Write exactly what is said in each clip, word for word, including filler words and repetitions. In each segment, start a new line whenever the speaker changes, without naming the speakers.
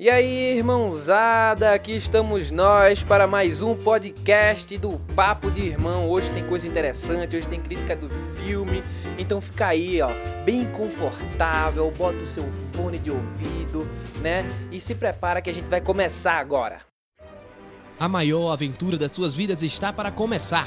E aí, irmãozada, aqui estamos nós para mais um podcast do Papo de Irmão. Hoje tem coisa interessante, hoje tem crítica do filme, então fica aí, ó, bem confortável, bota o seu fone de ouvido, né? E se prepara que a gente vai começar agora.
A maior aventura das suas vidas está para começar.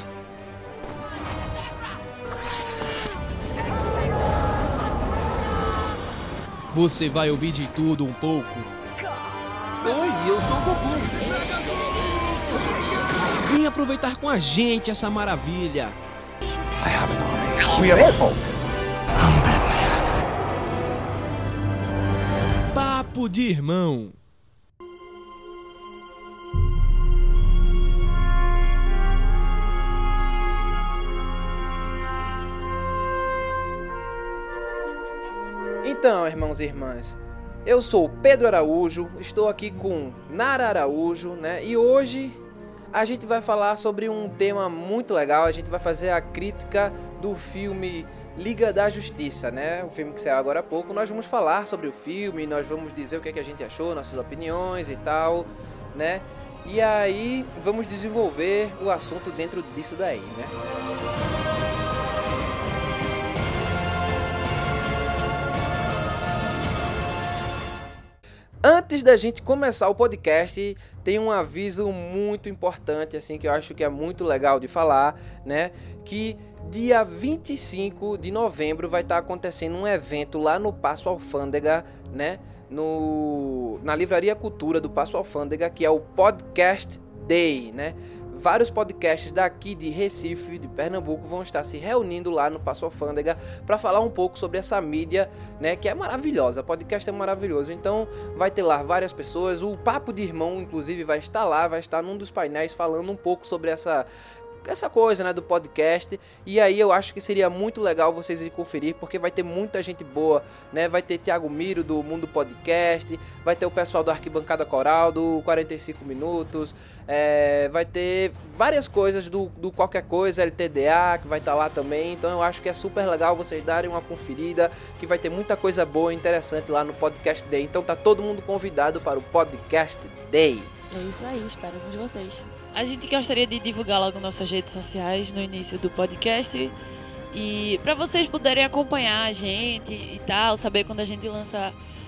Você vai ouvir de tudo um pouco.
Oi, eu sou o Goku.
Vem aproveitar com a gente essa maravilha.
I have an army. We are Hulk. I'm Batman.
Papo de Irmão.
Então, irmãos e irmãs, eu sou o Pedro Araújo, estou aqui com Nara Araújo, né? E hoje a gente vai falar sobre um tema muito legal. A gente vai fazer a crítica do filme Liga da Justiça, né? O filme que saiu agora há pouco. Nós vamos falar sobre o filme, nós vamos dizer o que, é que a gente achou, nossas opiniões e tal, né? E aí vamos desenvolver o assunto dentro disso daí, né? Antes da gente começar o podcast, tem um aviso muito importante, assim, que eu acho que é muito legal de falar, né? Que dia vinte e cinco de novembro vai estar acontecendo um evento lá no Paço Alfândega, né? No, na Livraria Cultura do Paço Alfândega, que é o Podcast Day, né? Vários podcasts daqui de Recife, de Pernambuco, vão estar se reunindo lá no Paço Alfândega para falar um pouco sobre essa mídia, né, que é maravilhosa. O podcast é maravilhoso. Então, vai ter lá várias pessoas. O Papo de Irmão, inclusive, vai estar lá, vai estar num dos painéis falando um pouco sobre essa... essa coisa, né, do podcast. E aí eu acho que seria muito legal vocês irem conferir, porque vai ter muita gente boa, né? Vai ter Thiago Miro do Mundo Podcast, vai ter o pessoal do Arquibancada Coral do quarenta e cinco minutos, é, vai ter várias coisas do, do Qualquer Coisa L T D A que vai estar lá também. Então eu acho que é super legal vocês darem uma conferida, que vai ter muita coisa boa e interessante lá no Podcast Day. Então tá todo mundo convidado para o Podcast Day.
É isso aí, espero com vocês. A gente gostaria de divulgar logo nossas redes sociais no início do podcast e para vocês poderem acompanhar a gente e tal, saber quando a gente lança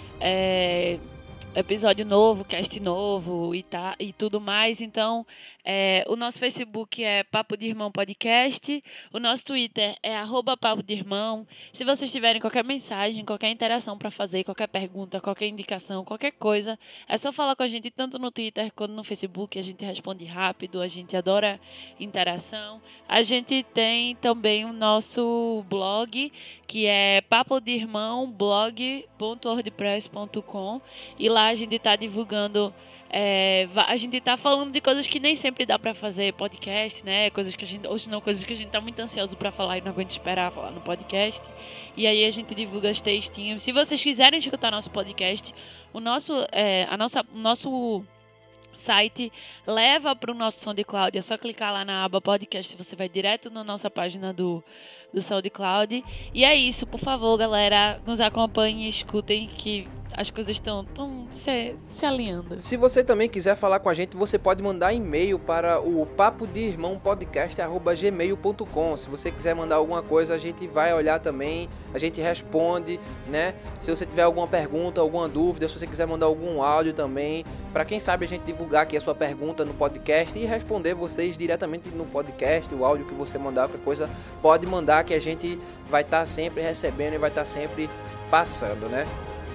é, episódio novo, cast novo e, tá, e tudo mais. Então, é, o nosso Facebook é Papo de Irmão Podcast, o nosso Twitter é arroba Papo de Irmão. Se vocês tiverem qualquer mensagem, qualquer interação para fazer, qualquer pergunta, qualquer indicação, qualquer coisa, é só falar com a gente tanto no Twitter quanto no Facebook. A gente responde rápido, a gente adora interação. A gente tem também o nosso blog, que é papo de irmão blog ponto wordpress ponto com, e lá a gente está divulgando, é, a gente está falando de coisas que nem sempre dá para fazer podcast, né? Coisas que a gente, ou senão coisas que a gente está muito ansioso para falar e não aguenta esperar falar no podcast. E aí a gente divulga os textinhos. Se vocês quiserem escutar nosso podcast, o nosso, é, a nossa, o nosso site leva para o nosso SoundCloud. É só clicar lá na aba podcast, você vai direto na nossa página do, do SoundCloud. E é isso, por favor, galera, nos acompanhem e escutem, que as coisas estão tão se, se alinhando.
Se você também quiser falar com a gente, você pode mandar e-mail para o papo de irmão podcast arroba gmail ponto com. Se você quiser mandar alguma coisa, a gente vai olhar também, a gente responde, né? Se você tiver alguma pergunta, alguma dúvida, se você quiser mandar algum áudio também, para quem sabe a gente divulgar aqui a sua pergunta no podcast e responder vocês diretamente no podcast, o áudio que você mandar, qualquer coisa, pode mandar, que a gente vai estar sempre recebendo e vai estar sempre passando, né?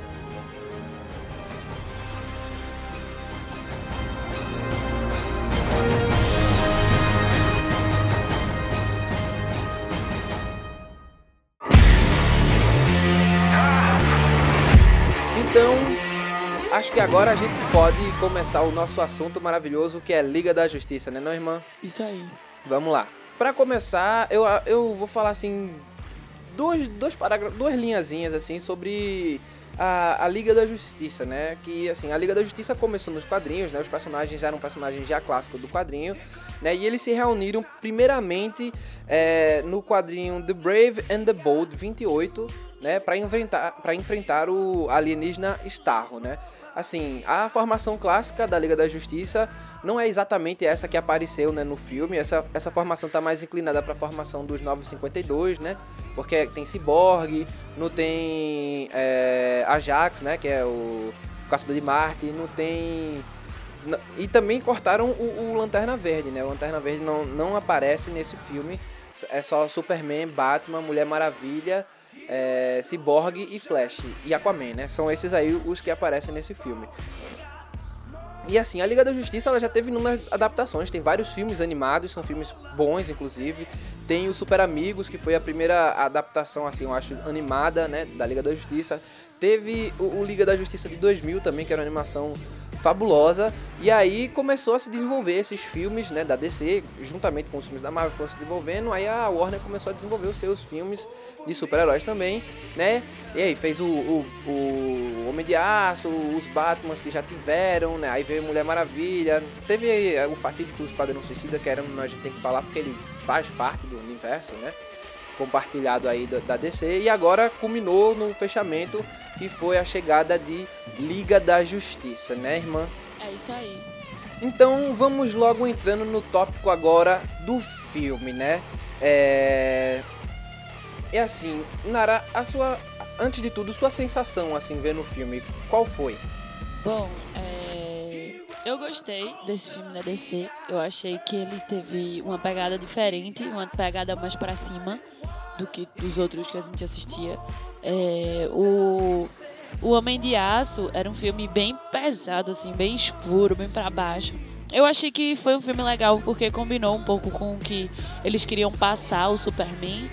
Então, acho que agora a gente pode começar o nosso assunto maravilhoso, que é Liga da Justiça, né, não, irmã?
Isso aí.
Vamos lá. Para começar, eu, eu vou falar assim, dois, dois parágrafos, duas linhazinhas assim sobre a, a Liga da Justiça, né? Que assim, a Liga da Justiça começou nos quadrinhos, né? Os personagens eram personagens já clássicos do quadrinho, né? E eles se reuniram primeiramente é, no quadrinho The Brave and the Bold vinte e oito, né? Para enfrentar, para enfrentar o alienígena Starro, né? assim, a formação clássica da Liga da Justiça não é exatamente essa que apareceu, né, no filme. Essa, essa formação tá mais inclinada para a formação dos Novos cinquenta e dois, né? Porque tem Cyborg, não tem é, Ajax, né, que é o Caçador de Marte, não tem... E também cortaram o, o Lanterna Verde, né? O Lanterna Verde não, não aparece nesse filme. É só Superman, Batman, Mulher Maravilha, é, Cyborg e Flash. E Aquaman, né? São esses aí os que aparecem nesse filme. E assim, a Liga da Justiça ela já teve inúmeras adaptações. Tem vários filmes animados, são filmes bons, inclusive. Tem o Super Amigos, que foi a primeira adaptação, assim, eu acho, animada, né? Da Liga da Justiça. Teve o, o Liga da Justiça de dois mil também, que era uma animação fabulosa, e aí começou a se desenvolver esses filmes, né, da D C, juntamente com os filmes da Marvel, foram se desenvolvendo, aí a Warner começou a desenvolver os seus filmes de super-heróis também, né, e aí fez o, o, o Homem de Aço, os Batmans que já tiveram, né, aí veio Mulher Maravilha, teve aí o fatídico Esquadrão Suicida, que era, a gente tem que falar porque ele faz parte do universo, né, compartilhado aí da, da D C, e agora culminou no fechamento, que foi a chegada de Liga da Justiça, né, irmã?
É isso aí.
Então, vamos logo entrando no tópico agora do filme, né? É... É assim, Nara, a sua... antes de tudo, sua sensação, assim, vendo o filme, qual foi?
Bom, é... eu gostei desse filme da D C. Eu achei que ele teve uma pegada diferente, uma pegada mais pra cima do que dos outros que a gente assistia. É, o, o Homem de Aço era um filme bem pesado, assim, bem escuro, bem pra baixo. Eu achei que foi um filme legal porque combinou um pouco com o que eles queriam passar, o Superman.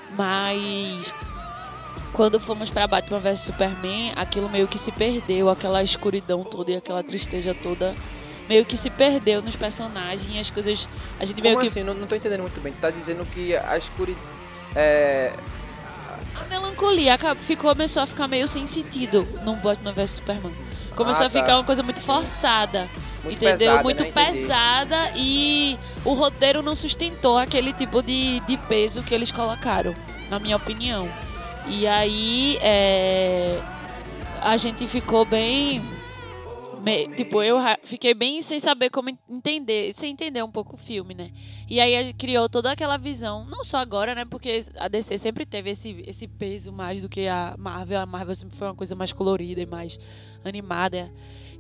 Mas quando fomos pra Batman versus Superman, aquilo meio que se perdeu, aquela escuridão toda e aquela tristeza toda meio que se perdeu nos personagens e as coisas... A gente meio
Como
que...
assim? Não, não tô entendendo muito bem. Tu tá dizendo que a escuridão... É...
A melancolia ficou, começou a ficar meio sem sentido no Batman versus Superman. Começou
Ah,
a ficar
tá.
uma coisa muito forçada,
Muito
entendeu?
pesada,
muito
né? Entendi.
pesada e o roteiro não sustentou aquele tipo de, de peso que eles colocaram, na minha opinião. E aí é, a gente ficou bem... Me, tipo, eu fiquei bem sem saber como entender, sem entender um pouco o filme, né? E aí a gente criou toda aquela visão, não só agora, né? Porque a D C sempre teve esse, esse peso mais do que a Marvel. A Marvel sempre foi uma coisa mais colorida e mais animada.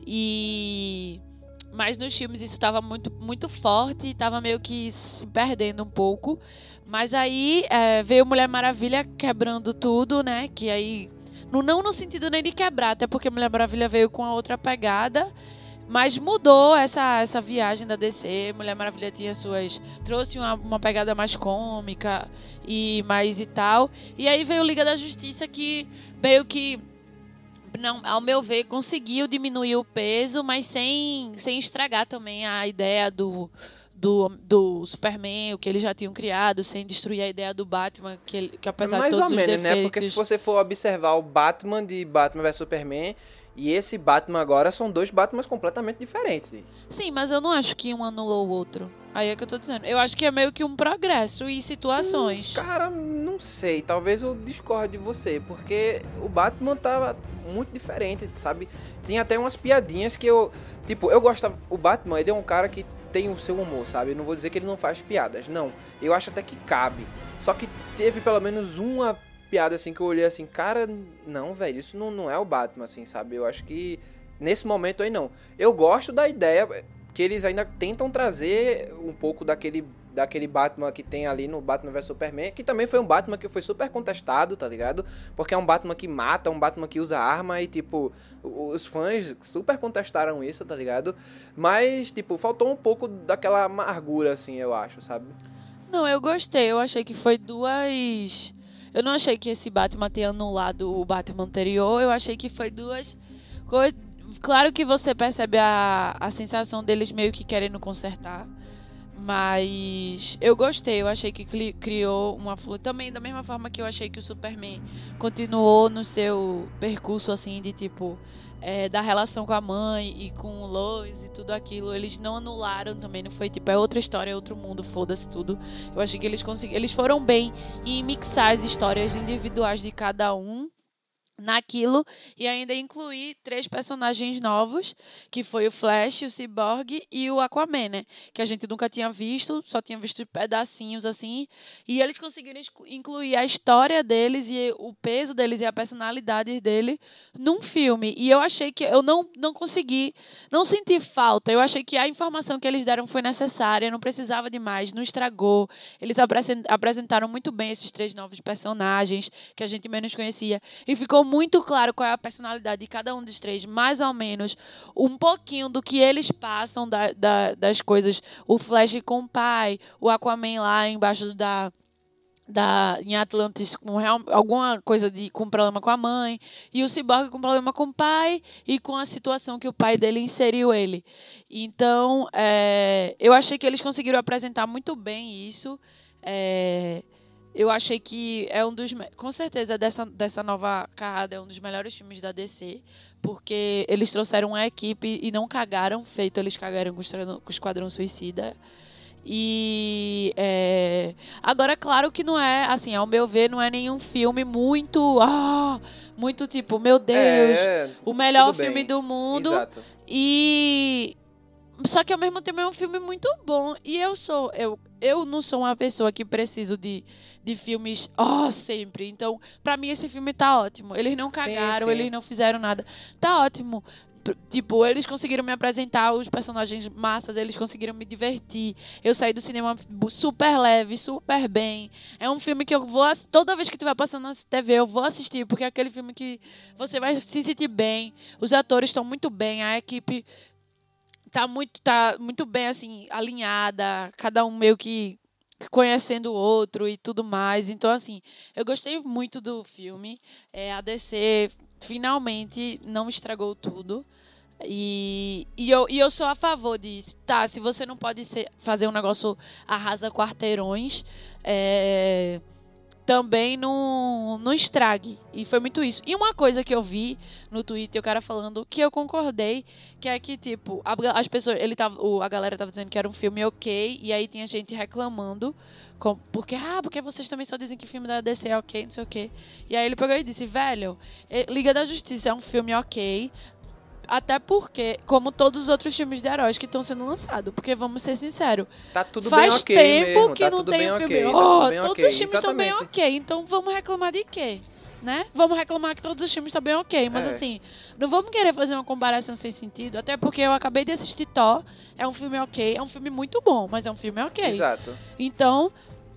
E... Mas nos filmes isso estava muito, muito forte e estava meio que se perdendo um pouco. Mas aí é, veio Mulher Maravilha quebrando tudo, né? Que aí... Não no sentido nem de quebrar, até porque Mulher Maravilha veio com a outra pegada, mas mudou essa, essa viagem da D C. Mulher Maravilha tinha suas... trouxe uma, uma pegada mais cômica e mais e tal. E aí veio Liga da Justiça que meio que, não, ao meu ver, conseguiu diminuir o peso, mas sem, sem estragar também a ideia do... Do, do Superman, o que eles já tinham criado, sem destruir a ideia do Batman, que, ele, que apesar
Mais
de todos
ou menos,
os defeitos...
né? Porque se você for observar o Batman de Batman versus Superman e esse Batman agora, são dois Batmans completamente diferentes.
Sim, mas eu não acho que um anulou o outro. Aí é que eu tô dizendo. Eu acho que é meio que um progresso em situações.
Hum, cara, não sei. Talvez eu discorde de você, porque o Batman tava muito diferente, sabe? Tinha até umas piadinhas que eu... Tipo, eu gostava... O Batman, ele é um cara que tem o seu humor, sabe? Eu não vou dizer que ele não faz piadas, não. Eu acho até que cabe. Só que teve pelo menos uma piada assim que eu olhei assim, cara, não, velho, isso não, não é o Batman, assim, sabe? Eu acho que nesse momento aí não. Eu gosto da ideia que eles ainda tentam trazer um pouco daquele, daquele Batman que tem ali no Batman versus Superman, que também foi um Batman que foi super contestado, tá ligado? Porque é um Batman que mata, um Batman que usa arma e, tipo, os fãs super contestaram isso, tá ligado? Mas, tipo, faltou um pouco daquela amargura, assim, eu acho, sabe?
Não, eu gostei. Eu achei que foi duas... Eu não achei que esse Batman tenha anulado o Batman anterior. Eu achei que foi duas coisas... Claro que você percebe a, a sensação deles meio que querendo consertar. Mas eu gostei. Eu achei que criou uma... Também da mesma forma que eu achei que o Superman continuou no seu percurso, assim, de tipo... É, da relação com a mãe e com o Lois e tudo aquilo, eles não anularam também, não foi tipo, é outra história, é outro mundo, foda-se tudo. Eu achei que eles conseguiram, eles foram bem em mixar as histórias individuais de cada um naquilo e ainda incluir três personagens novos, que foi o Flash, o Cyborg e o Aquaman, né? Que a gente nunca tinha visto, só tinha visto pedacinhos assim, e eles conseguiram incluir a história deles e o peso deles e a personalidade dele num filme. E eu achei que eu não, não consegui, não senti falta. Eu achei que a informação que eles deram foi necessária, não precisava de mais, não estragou. Eles apresentaram muito bem esses três novos personagens que a gente menos conhecia e ficou muito claro qual é a personalidade de cada um dos três, mais ou menos, um pouquinho do que eles passam da, da, das coisas. O Flash com o pai, o Aquaman lá embaixo da... Da, em Atlantis com real, alguma coisa de, com problema com a mãe, e o Cyborg com problema com o pai e com a situação que o pai dele inseriu ele. Então, é, eu achei que eles conseguiram apresentar muito bem isso. É, eu achei que é um dos... Com certeza, dessa, dessa nova carrada, é um dos melhores filmes da D C, porque eles trouxeram uma equipe e não cagaram, feito eles cagaram com o Esquadrão Suicida. E é... agora, claro que não é, assim, ao meu ver, não é nenhum filme muito, ah, muito tipo, meu Deus,
é,
o melhor filme
bem.
do mundo.
Exato.
E só que ao mesmo tempo é um filme muito bom. E eu sou, eu, eu não sou uma pessoa que preciso de, de filmes, oh, sempre. Então, pra mim esse filme tá ótimo. Eles não cagaram,
sim, sim.
eles não fizeram nada. Tá ótimo. Tipo, eles conseguiram me apresentar os personagens massas, eles conseguiram me divertir. Eu saí do cinema super leve, super bem. É um filme que eu vou... Toda vez que estiver passando na T V, eu vou assistir, porque é aquele filme que você vai se sentir bem. Os atores estão muito bem, a equipe tá muito, tá muito bem, assim, alinhada. Cada um meio que conhecendo o outro e tudo mais. Então, assim, eu gostei muito do filme. É, a D C... finalmente não estragou tudo. E, e, eu, e eu sou a favor disso. Tá, se você não pode ser, fazer um negócio arrasa quarteirões, é, também não, não estrague. E foi muito isso. E uma coisa que eu vi no Twitter, o cara falando, que eu concordei, que é que, tipo, a, as pessoas, ele tava, a galera tava dizendo que era um filme ok, e aí tinha gente reclamando, com, porque, ah, porque vocês também só dizem que filme da D C é ok, não sei o quê. E aí ele pegou e disse, velho, Liga da Justiça é um filme ok, até porque, como todos os outros filmes de heróis que estão sendo lançados, porque vamos ser sinceros,
tá tudo
faz
bem ok
tempo
mesmo,
que
tá
não
tudo
tem
bem
um filme.
okay,
Oh,
tá tudo bem
todos
okay,
os filmes estão bem
exatamente.
ok, então vamos reclamar de quê? Né? Vamos reclamar que todos os filmes estão bem ok, mas
É.
assim, não vamos querer fazer uma comparação sem sentido, até porque eu acabei de assistir Thor, é um filme ok, é um filme muito bom, mas é um filme ok.
Exato.
Então,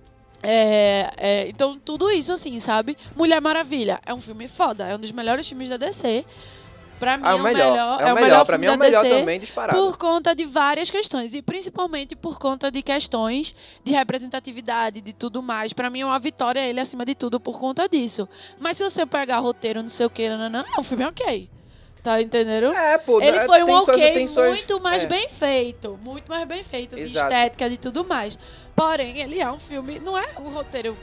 é, é, então tudo isso assim, sabe? Mulher Maravilha é um filme foda, é um dos melhores filmes da D C. Pra mim
Ah,
é
o
o
melhor.
melhor,
É o
o
melhor,
melhor
pra
filme
mim é o
da
melhor
D C
também, disparado.
por conta de várias questões e principalmente por conta de questões de representatividade, de tudo mais. Pra mim é uma vitória ele acima de tudo por conta disso. Mas se você pegar roteiro, não sei o que, não, não, é um filme ok. Tá entendendo?
É, pô,
Ele
é,
foi um
tem suas-
ok
tem suas-
muito mais
é.
bem feito. Muito mais bem feito, de
Exato.
estética, de tudo mais. Porém, ele é um filme, não é um roteiro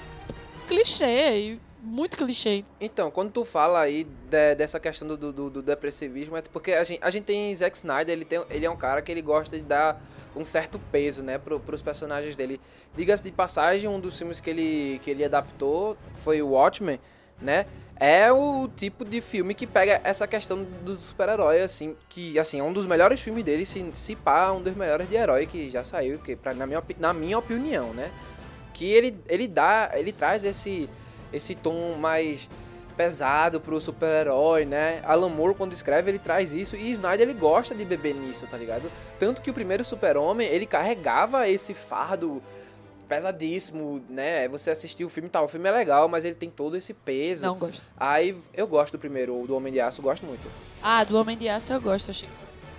clichê, muito clichê.
Então, quando tu fala aí de- dessa questão do, do, do depressivismo, é porque a gente, a gente tem Zack Snyder, ele, tem, ele é um cara que ele gosta de dar um certo peso, né, pro, pros personagens dele. Diga-se de passagem, um dos filmes que ele, que ele adaptou foi o Watchmen, né, é o tipo de filme que pega essa questão do super-herói, assim, que, assim, é um dos melhores filmes dele, se, se pá, um dos melhores de herói que já saiu, que, pra, na, minha, opi- na minha opinião, né, que ele, ele dá, ele traz esse... esse tom mais pesado pro super-herói, né? Alan Moore, quando escreve, ele traz isso. E Snyder, ele gosta de beber nisso, tá ligado? Tanto que o primeiro Super-Homem, ele carregava esse fardo pesadíssimo, né? Você assistiu o filme, tá, o filme é legal, mas ele tem todo esse peso.
Não gosto.
Aí, eu gosto do primeiro, do Homem de Aço, eu gosto muito.
Ah, do Homem de Aço eu gosto, achei.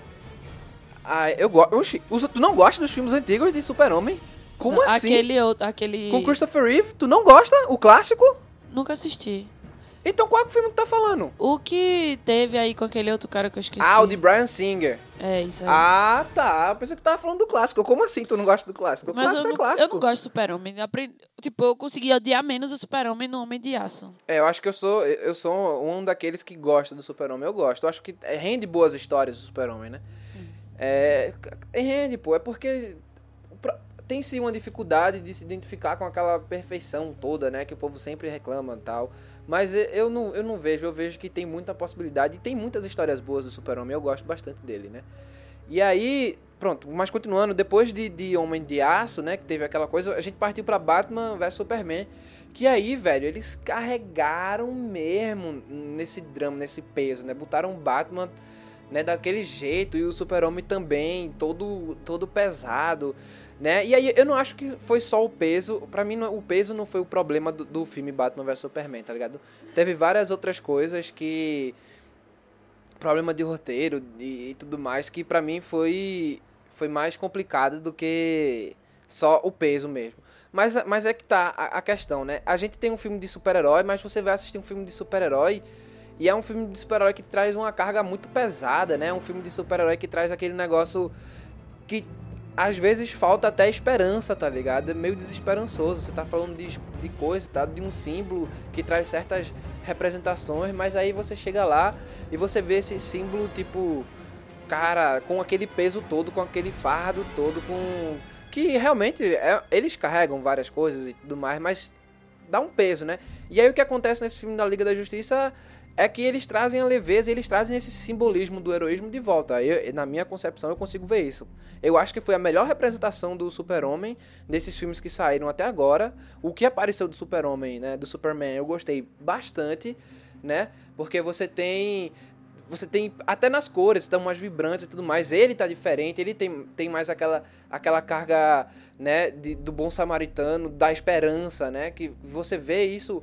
Ah, eu gosto... Tu não gosta dos filmes antigos de Super-Homem? Como assim?
Aquele outro, aquele...
Com Christopher Reeve, tu não gosta? O clássico?
Nunca assisti.
Então qual é o filme que tu tá falando?
O que teve aí com aquele outro cara que eu esqueci.
Ah, o de Bryan Singer.
É, isso aí.
Ah, tá. Eu pensei que tu tava falando do clássico. Como assim tu não gosta do clássico? O
Mas
clássico
eu
é
não,
clássico.
eu não gosto do Super-Homem. Eu aprendi- Tipo, eu consegui odiar menos o Super-Homem no Homem de Aço.
É, eu acho que eu sou, eu sou um daqueles que gosta do Super-Homem. Eu gosto. Eu acho que rende boas histórias do Super-Homem, né?
Hum.
É, rende, pô. É porque... tem-se uma dificuldade de se identificar com aquela perfeição toda, né? Que o povo sempre reclama e tal. Mas eu não, eu não vejo, eu vejo que tem muita possibilidade. E tem muitas histórias boas do Super-Homem, eu gosto bastante dele, né? E aí, pronto, mas continuando, depois de, de Homem de Aço, né? Que teve aquela coisa, a gente partiu pra Batman versus Superman. Que aí, velho, eles carregaram mesmo nesse drama, nesse peso, né? Botaram o Batman, né, daquele jeito, e o Super-Homem também, todo, todo pesado, né? E aí eu não acho que foi só o peso, pra mim o peso não foi o problema do, do filme Batman versus Superman, tá ligado? Teve várias outras coisas que... problema de roteiro e, e tudo mais, que pra mim foi, foi mais complicado do que só o peso mesmo. Mas, mas é que tá a, a questão, né? A gente tem um filme de super-herói, mas você vai assistir um filme de super-herói e é um filme de super-herói que traz uma carga muito pesada, né? Um filme de super-herói que traz aquele negócio que às vezes falta até esperança, tá ligado? É meio desesperançoso. Você tá falando de, de coisa, tá? De um símbolo que traz certas representações, mas aí você chega lá e você vê esse símbolo, tipo, cara, com aquele peso todo, com aquele fardo todo, com... que realmente é, eles carregam várias coisas e tudo mais, mas dá um peso, né? E aí o que acontece nesse filme da Liga da Justiça é que eles trazem a leveza, eles trazem esse simbolismo do heroísmo de volta. Eu, na minha concepção, eu consigo ver isso. Eu acho que foi a melhor representação do Super-Homem desses filmes que saíram até agora. O que apareceu do Super-Homem, né, do Superman, eu gostei bastante, né? Porque você tem... Você tem, até nas cores, estão mais vibrantes e tudo mais. Ele tá diferente, ele tem, tem mais aquela, aquela carga, né, de, do bom samaritano, da esperança, né? Que você vê isso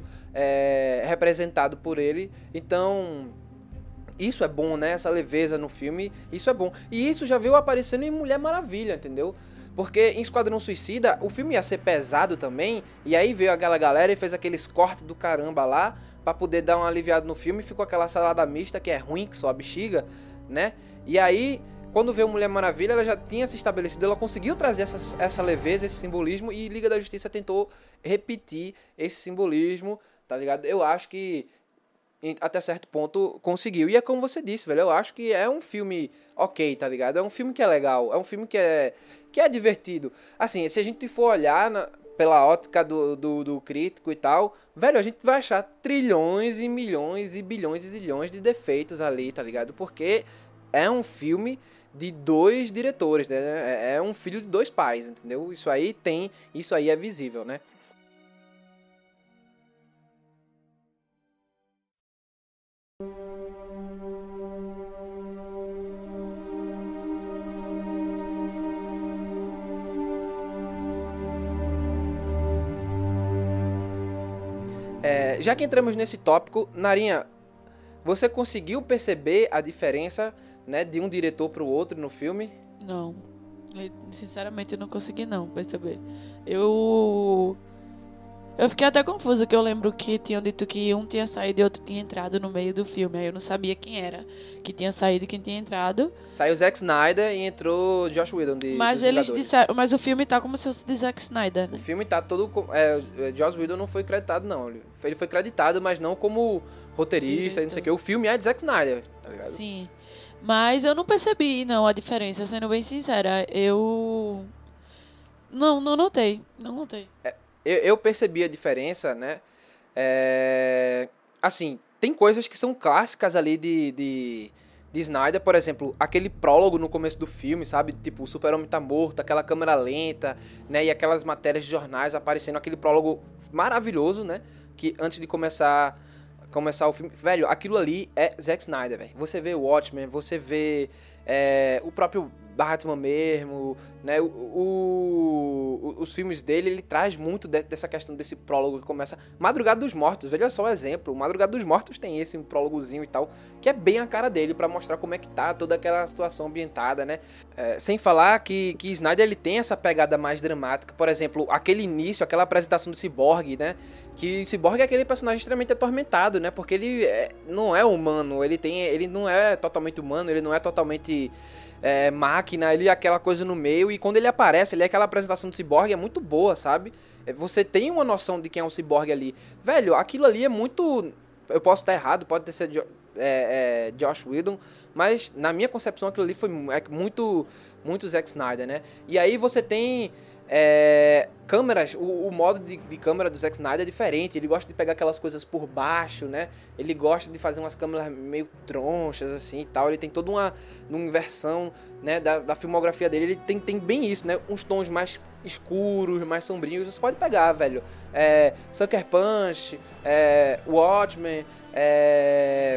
é, representado por ele. Então, isso é bom, né? Essa leveza no filme, isso é bom. E isso já veio aparecendo em Mulher Maravilha, entendeu? Porque em Esquadrão Suicida, o filme ia ser pesado também, e aí veio aquela galera e fez aqueles cortes do caramba lá, pra poder dar um aliviado no filme, ficou aquela salada mista que é ruim, que só a bexiga, né? E aí, quando veio Mulher Maravilha, ela já tinha se estabelecido, ela conseguiu trazer essa, essa leveza, esse simbolismo, e Liga da Justiça tentou repetir esse simbolismo, tá ligado? Eu acho que até certo ponto conseguiu. E é como você disse, velho, eu acho que é um filme ok, tá ligado? É um filme que é legal, é um filme que é, que é divertido. Assim, se a gente for olhar na, pela ótica do, do, do crítico e tal, velho, a gente vai achar trilhões e milhões e bilhões e zilhões de defeitos ali, tá ligado? Porque é um filme de dois diretores, né? É um filho de dois pais, entendeu? Isso aí tem, isso aí é visível, né? É, já que entramos nesse tópico, Narinha, você conseguiu perceber a diferença, né, de um diretor para o outro no filme?
Não. Sinceramente, eu não consegui não perceber. Eu... Eu fiquei até confusa, que eu lembro que tinham dito que um tinha saído e outro tinha entrado no meio do filme. Aí eu não sabia quem era que tinha saído e quem tinha entrado.
Saiu Zack Snyder e entrou Joss Whedon de
Mas eles disseram, mas o filme tá como se fosse de Zack Snyder, né?
O filme tá todo... É, Joss Whedon não foi creditado, não. Ele foi creditado, mas não como roteirista e não sei o que. O filme é de Zack Snyder, tá ligado?
Sim. Mas eu não percebi, não, a diferença, sendo bem sincera. Eu... Não, não notei. Não notei.
É, eu, eu percebi a diferença, né? É... Assim, tem coisas que são clássicas ali de, de, de Snyder. Por exemplo, aquele prólogo no começo do filme, sabe? Tipo, o Super-Homem tá morto, aquela câmera lenta, né? E aquelas matérias de jornais aparecendo. Aquele prólogo maravilhoso, né? Que antes de começar... começar o filme, velho, aquilo ali é Zack Snyder, velho. Você vê o Watchmen, você vê é, o próprio Batman mesmo, né, o, o, os filmes dele, ele traz muito de, dessa questão desse prólogo que começa, Madrugada dos Mortos, veja só o exemplo, Madrugada dos Mortos tem esse um prólogozinho e tal, que é bem a cara dele, pra mostrar como é que tá toda aquela situação ambientada, né, é, sem falar que, que Snyder, ele tem essa pegada mais dramática, por exemplo, aquele início, aquela apresentação do Cyborg, né, que o Cyborg é aquele personagem extremamente atormentado, né? Porque ele é, não é humano, ele tem, ele não é totalmente humano, ele não é totalmente é, máquina, ele é aquela coisa no meio, e quando ele aparece, ele é aquela apresentação do Cyborg, é muito boa, sabe? Você tem uma noção de quem é o Cyborg ali. Velho, aquilo ali é muito... Eu posso estar errado, pode ter sido é, é, Joss Whedon, mas na minha concepção aquilo ali foi é muito, muito Zack Snyder, né? E aí você tem... É, câmeras, o, o modo de, de câmera do Zack Snyder é diferente. Ele gosta de pegar aquelas coisas por baixo, né? Ele gosta de fazer umas câmeras meio tronchas, assim, e tal. Ele tem toda uma, uma inversão, né, da, da filmografia dele. Ele tem, tem bem isso, né? Uns tons mais escuros, mais sombrios. Você pode pegar, velho. É, Sucker Punch, é, Watchmen, é...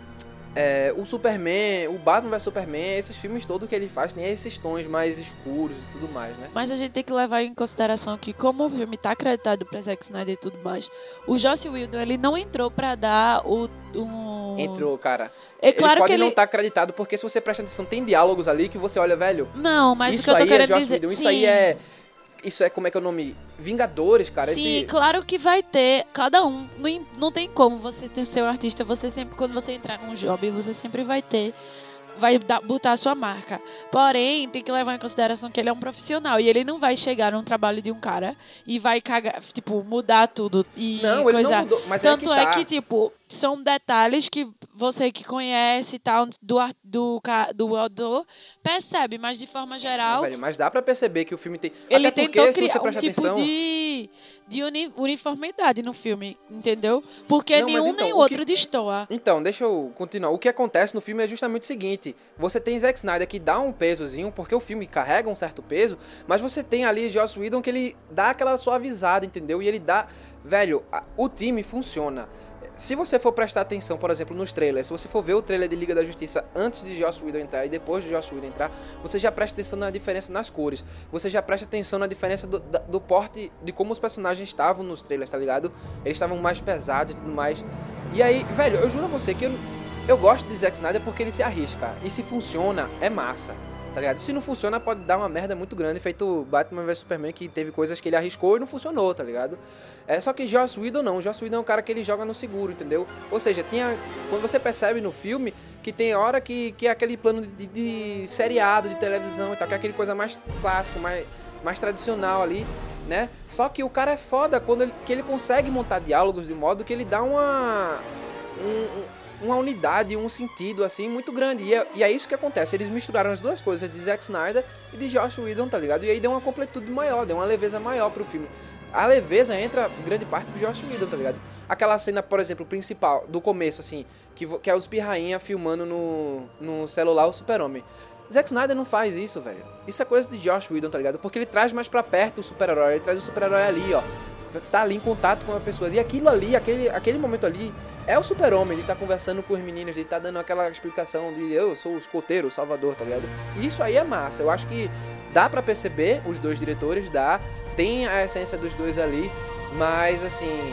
É, o Superman, o Batman versus Superman, esses filmes todos que ele faz tem esses tons mais escuros e tudo mais, né?
Mas a gente tem que levar em consideração que, como o filme tá acreditado pra Zack Snyder e tudo mais, o Joss Whedon, ele não entrou pra dar o... Um...
Entrou, cara.
É claro
Eles podem
que ele...
não estar acreditado, porque se você presta atenção, tem diálogos ali que você olha, velho...
Não, mas
isso
o que eu tô
aí
querendo
é Joss
dizer...
Whedon, isso
Sim.
aí é... Isso é, como é que é o nome? Vingadores, cara.
Sim,
esse...
claro que vai ter cada um. Não, não tem como você ter ser um artista. Você sempre, quando você entrar num job, você sempre vai ter, vai dar, botar a sua marca. Porém, tem que levar em consideração que ele é um profissional e ele não vai chegar num trabalho de um cara e vai cagar, tipo, mudar tudo e
Não,
coisa.
ele não mudou, mas
Tanto
é
é
que, tá.
que, tipo, são detalhes que você que conhece e tal do ar- do ca- do autor percebe, mas de forma geral,
Não, velho, mas dá pra perceber que o filme tem...
ele
Até porque,
tentou
se você
criar um
presta
tipo
atenção...
de, de uni- uniformidade no filme, entendeu? Porque
Não, mas
nenhum
então,
nem
o
o outro
que-
destoa.
Então, deixa eu continuar. O que acontece no filme é justamente o seguinte. Você tem Zack Snyder que dá um pesozinho, porque o filme carrega um certo peso, mas você tem ali Joss Whedon que ele dá aquela suavizada, entendeu? E ele dá... Velho, a- o time funciona. Se você for prestar atenção, por exemplo, nos trailers, se você for ver o trailer de Liga da Justiça antes de Joss Whedon entrar e depois de Joss Whedon entrar, você já presta atenção na diferença nas cores. Você já presta atenção na diferença do, da- do porte, de como os personagens estavam nos trailers, tá ligado? Eles estavam mais pesados e tudo mais. E aí, velho, eu juro a você que eu, eu gosto de Zack Snyder porque ele se arrisca. E se funciona, é massa. Tá ligado? Se não funciona, pode dar uma merda muito grande, feito Batman versus Superman, que teve coisas que ele arriscou e não funcionou, tá ligado? É, só que Joss Whedon não, Joss Whedon é um cara que ele joga no seguro, entendeu? Ou seja, tem a, quando você percebe no filme que tem hora que, que é aquele plano de, de seriado, de televisão e tal, que é aquele coisa mais clássico, mais, mais tradicional ali, né? Só que o cara é foda quando ele, que ele consegue montar diálogos de modo que ele dá uma... Um, um, uma unidade, um sentido, assim, muito grande. E é, e é isso que acontece. Eles misturaram as duas coisas, de Zack Snyder e de Joss Whedon, tá ligado? E aí deu uma completude maior, deu uma leveza maior pro filme. A leveza entra grande parte do Joss Whedon, tá ligado? Aquela cena, por exemplo, principal, do começo, assim, que, que é os pirrainha filmando no, no celular o Super-Homem. Zack Snyder não faz isso, velho. Isso é coisa de Joss Whedon, tá ligado? Porque ele traz mais pra perto o super-herói, ele traz o super-herói ali, ó. Tá ali em contato com as pessoas. E aquilo ali, aquele, aquele momento ali, é o Super-Homem. Ele tá conversando com os meninos, ele tá dando aquela explicação de eu sou o escoteiro, o salvador, tá ligado? E isso aí é massa. Eu acho que dá pra perceber os dois diretores, dá. Tem a essência dos dois ali, mas assim,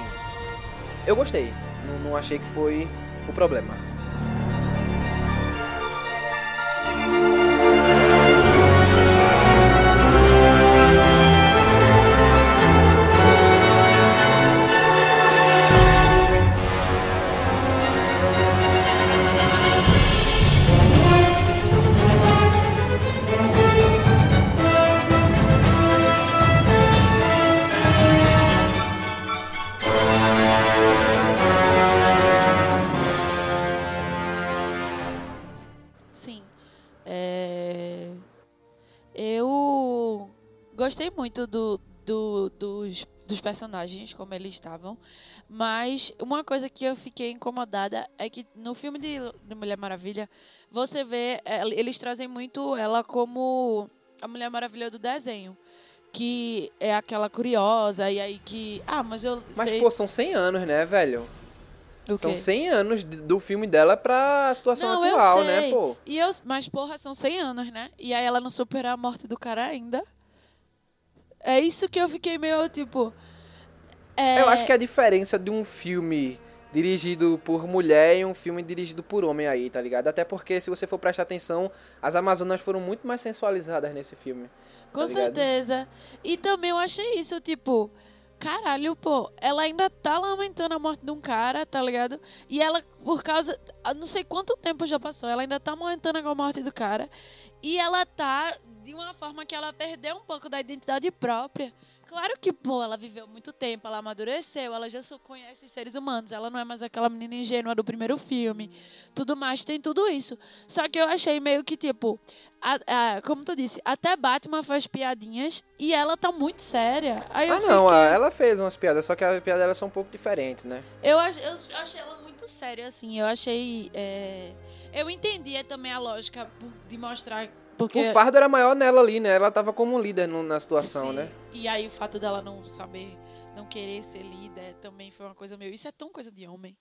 eu gostei. Não, não achei que foi o problema.
Sim. É... Eu gostei muito do, do, dos, dos personagens, como eles estavam. Mas uma coisa que eu fiquei incomodada é que no filme de, de Mulher Maravilha, você vê, é, eles trazem muito ela como a Mulher Maravilha do desenho. Que é aquela curiosa, e aí que... Ah, mas eu
Mas,
sei...
pô, são cem anos, né, velho?
O
São
quê?
cem anos de- do filme dela pra situação
Não,
atual,
eu sei.
né, pô?
E eu, mas, porra, são cem anos, né? E aí ela não superou a morte do cara ainda. É isso que eu fiquei meio, tipo... é,
Eu acho que é a diferença de um filme dirigido por mulher e um filme dirigido por homem aí, tá ligado? Até porque, se você for prestar atenção, as Amazonas foram muito mais sensualizadas nesse filme.
Com
tá ligado?
certeza. E também eu achei isso, tipo... Caralho, pô, ela ainda tá lamentando a morte de um cara, tá ligado? E ela, por causa... eu não sei quanto tempo já passou, ela ainda tá lamentando a morte do cara. E ela tá de uma forma que ela perdeu um pouco da identidade própria. Claro que, pô, ela viveu muito tempo, ela amadureceu, ela já só conhece os seres humanos, ela não é mais aquela menina ingênua do primeiro filme, tudo mais, tem tudo isso. Só que eu achei meio que, tipo, a, a, como tu disse, até Batman faz piadinhas e ela tá muito séria. Aí eu
Ah, não,
fiquei...
ela fez umas piadas, só que as piadas delas são um pouco diferentes, né?
Eu, ach, eu achei ela muito séria, assim, eu achei... É... Eu entendi também a lógica de mostrar... Porque...
O fardo era maior nela ali, né? Ela tava como líder no, na situação,
Sim.
né?
E aí o fato dela não saber, não querer ser líder também foi uma coisa meio... Isso é tão coisa de homem.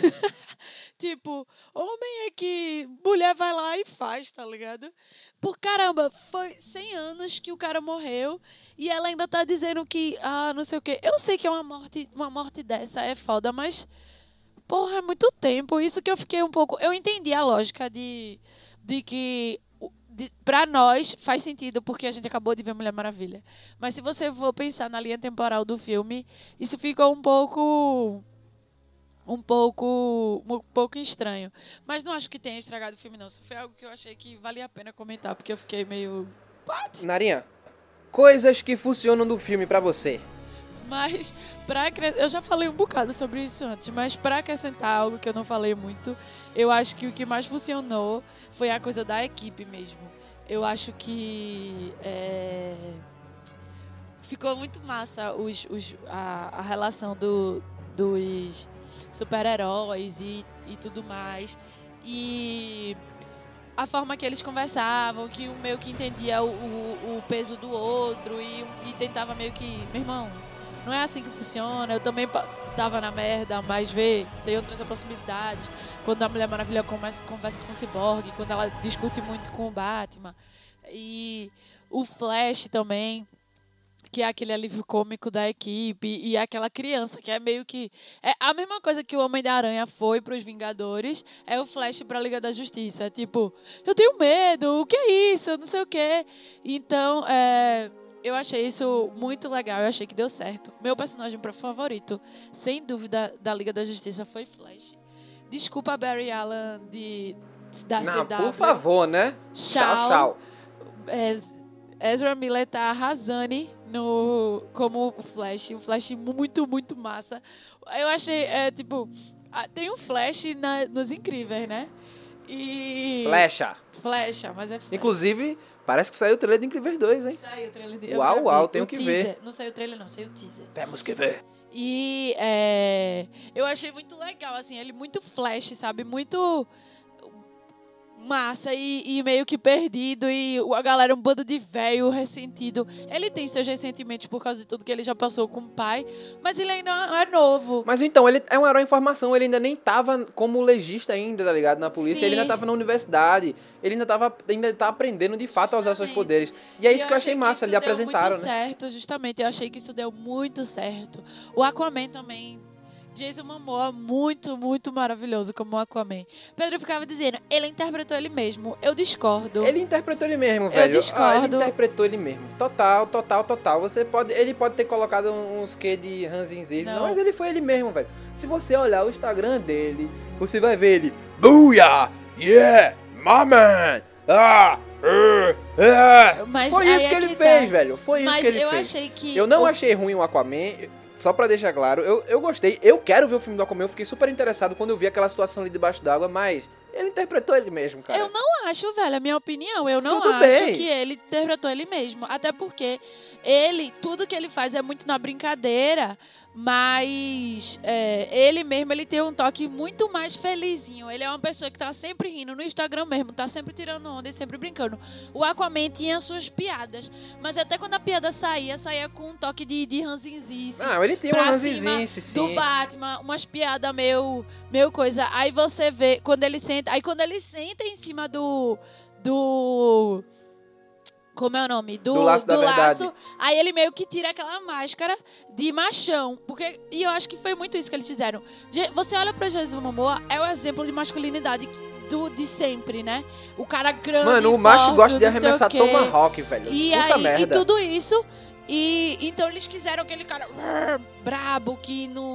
Tipo, homem é que mulher vai lá e faz, tá ligado? Por caramba, foi cem anos que o cara morreu e ela ainda tá dizendo que, ah, não sei o quê. Eu sei que é uma morte, uma morte dessa é foda, mas, porra, é muito tempo. Isso que eu fiquei um pouco... Eu entendi a lógica de, de que... De, pra nós faz sentido porque a gente acabou de ver Mulher Maravilha. Mas se você for pensar na linha temporal do filme, isso ficou um pouco um pouco um pouco estranho. Mas não acho que tenha estragado o filme não. Isso foi algo que eu achei que valia a pena comentar, porque eu fiquei meio... What?
Narinha, coisas que funcionam do filme pra você.
Mas pra, eu já falei um bocado sobre isso antes, mas pra acrescentar algo que eu não falei muito, eu acho que o que mais funcionou foi a coisa da equipe mesmo. Eu acho que é, ficou muito massa os, os, a, a relação do, dos super-heróis e, e tudo mais. E a forma que eles conversavam, que um meio que entendia o, o, o peso do outro e, e tentava meio que... Meu irmão, não é assim que funciona, eu também tava na merda, mas vê, tem outras possibilidades. Quando a Mulher Maravilha começa, conversa com o Cyborg, quando ela discute muito com o Batman. E o Flash também, que é aquele alívio cômico da equipe, e aquela criança que é meio que... É a mesma coisa que o Homem-Aranha foi pros Vingadores, é o Flash pra Liga da Justiça. Tipo, eu tenho medo, o que é isso? Não sei o quê. Então, é... eu achei isso muito legal, eu achei que deu certo. Meu personagem favorito, sem dúvida, da Liga da Justiça foi Flash. Desculpa, Barry Allen, de, da
Não,
C W.
por favor, né?
Tchau,
Tchau, tchau.
Ezra Miller tá arrasando no, como o Flash. Um Flash muito, muito massa. Eu achei, é, tipo... Tem um Flash na, nos Incríveis, né? E...
Flecha.
Flecha, mas é Flash.
Inclusive, parece que saiu o trailer de Incríveis dois, hein?
Saiu o trailer de...
Uau, uau, tenho
o
que
teaser.
ver.
Não saiu o trailer, não. Saiu o teaser.
Temos que ver.
E é, eu achei muito legal, assim, ele muito Flash, sabe? Muito massa e, e meio que perdido. E a galera, um bando de velho ressentido. Ele tem seus ressentimentos por causa de tudo que ele já passou com o pai, mas ele ainda é novo.
Mas então, ele é um herói em formação, ele ainda nem tava como legista ainda, tá ligado? Na polícia,
Sim.
ele ainda tava na universidade, ele ainda tava ainda tá aprendendo de fato a usar seus poderes. E é isso
eu
que eu achei massa,
que
eles
isso deu
apresentaram,
muito
né?
certo, justamente, eu achei que isso deu muito certo. O Aquaman também... Jason Momoa, muito, muito maravilhoso como o Aquaman. Pedro ficava dizendo, ele interpretou ele mesmo. Eu discordo.
Ele interpretou ele mesmo, velho.
Eu discordo.
Ah, ele interpretou ele mesmo. Total, total, total. Você pode, ele pode ter colocado uns quê de ranzinzismo,
Não.
mas ele foi ele mesmo, velho. Se você olhar o Instagram dele, você vai ver ele... Booyah! Yeah! My man! Ah! Uh, ah.
Mas
Foi
aí
isso que
é
ele
que
fez,
tá.
velho. Foi isso
Mas
que ele
eu
fez.
achei que...
Eu não
o-
achei ruim o Aquaman, só pra deixar claro, eu, eu gostei, eu quero ver o filme do Aquaman, eu fiquei super interessado quando eu vi aquela situação ali debaixo d'água, mas ele interpretou ele mesmo, cara.
Eu não acho, velho, é a minha opinião. Eu não
Tudo
acho
bem.
que ele interpretou ele mesmo. Até porque ele, tudo que ele faz é muito na brincadeira, mas é, ele mesmo, ele tem um toque muito mais felizinho. Ele é uma pessoa que tá sempre rindo no Instagram mesmo, tá sempre tirando onda e sempre brincando. O Aquaman tinha suas piadas, mas até quando a piada saía, saía com um toque de, de ranzinzice.
Não, ele tem
pra
uma
cima
ranzinzice, sim.
do Batman, umas piadas meio, meio coisa. Aí você vê, quando ele senta, aí quando ele senta em cima do, do, como é o nome? Do,
Do laço da verdade.
laço, aí ele meio que tira aquela máscara de machão, porque, e eu acho que foi muito isso que eles fizeram. Je- Você olha pra Jason Momoa, é o exemplo de masculinidade do, de sempre, né? O cara grande,
Mano, o macho
forte,
gosta de
não sei
arremessar
o quê.
Tomahawk, velho.
E
Puta
aí,
merda.
e tudo isso, e então eles quiseram aquele cara brrr, brabo, que não,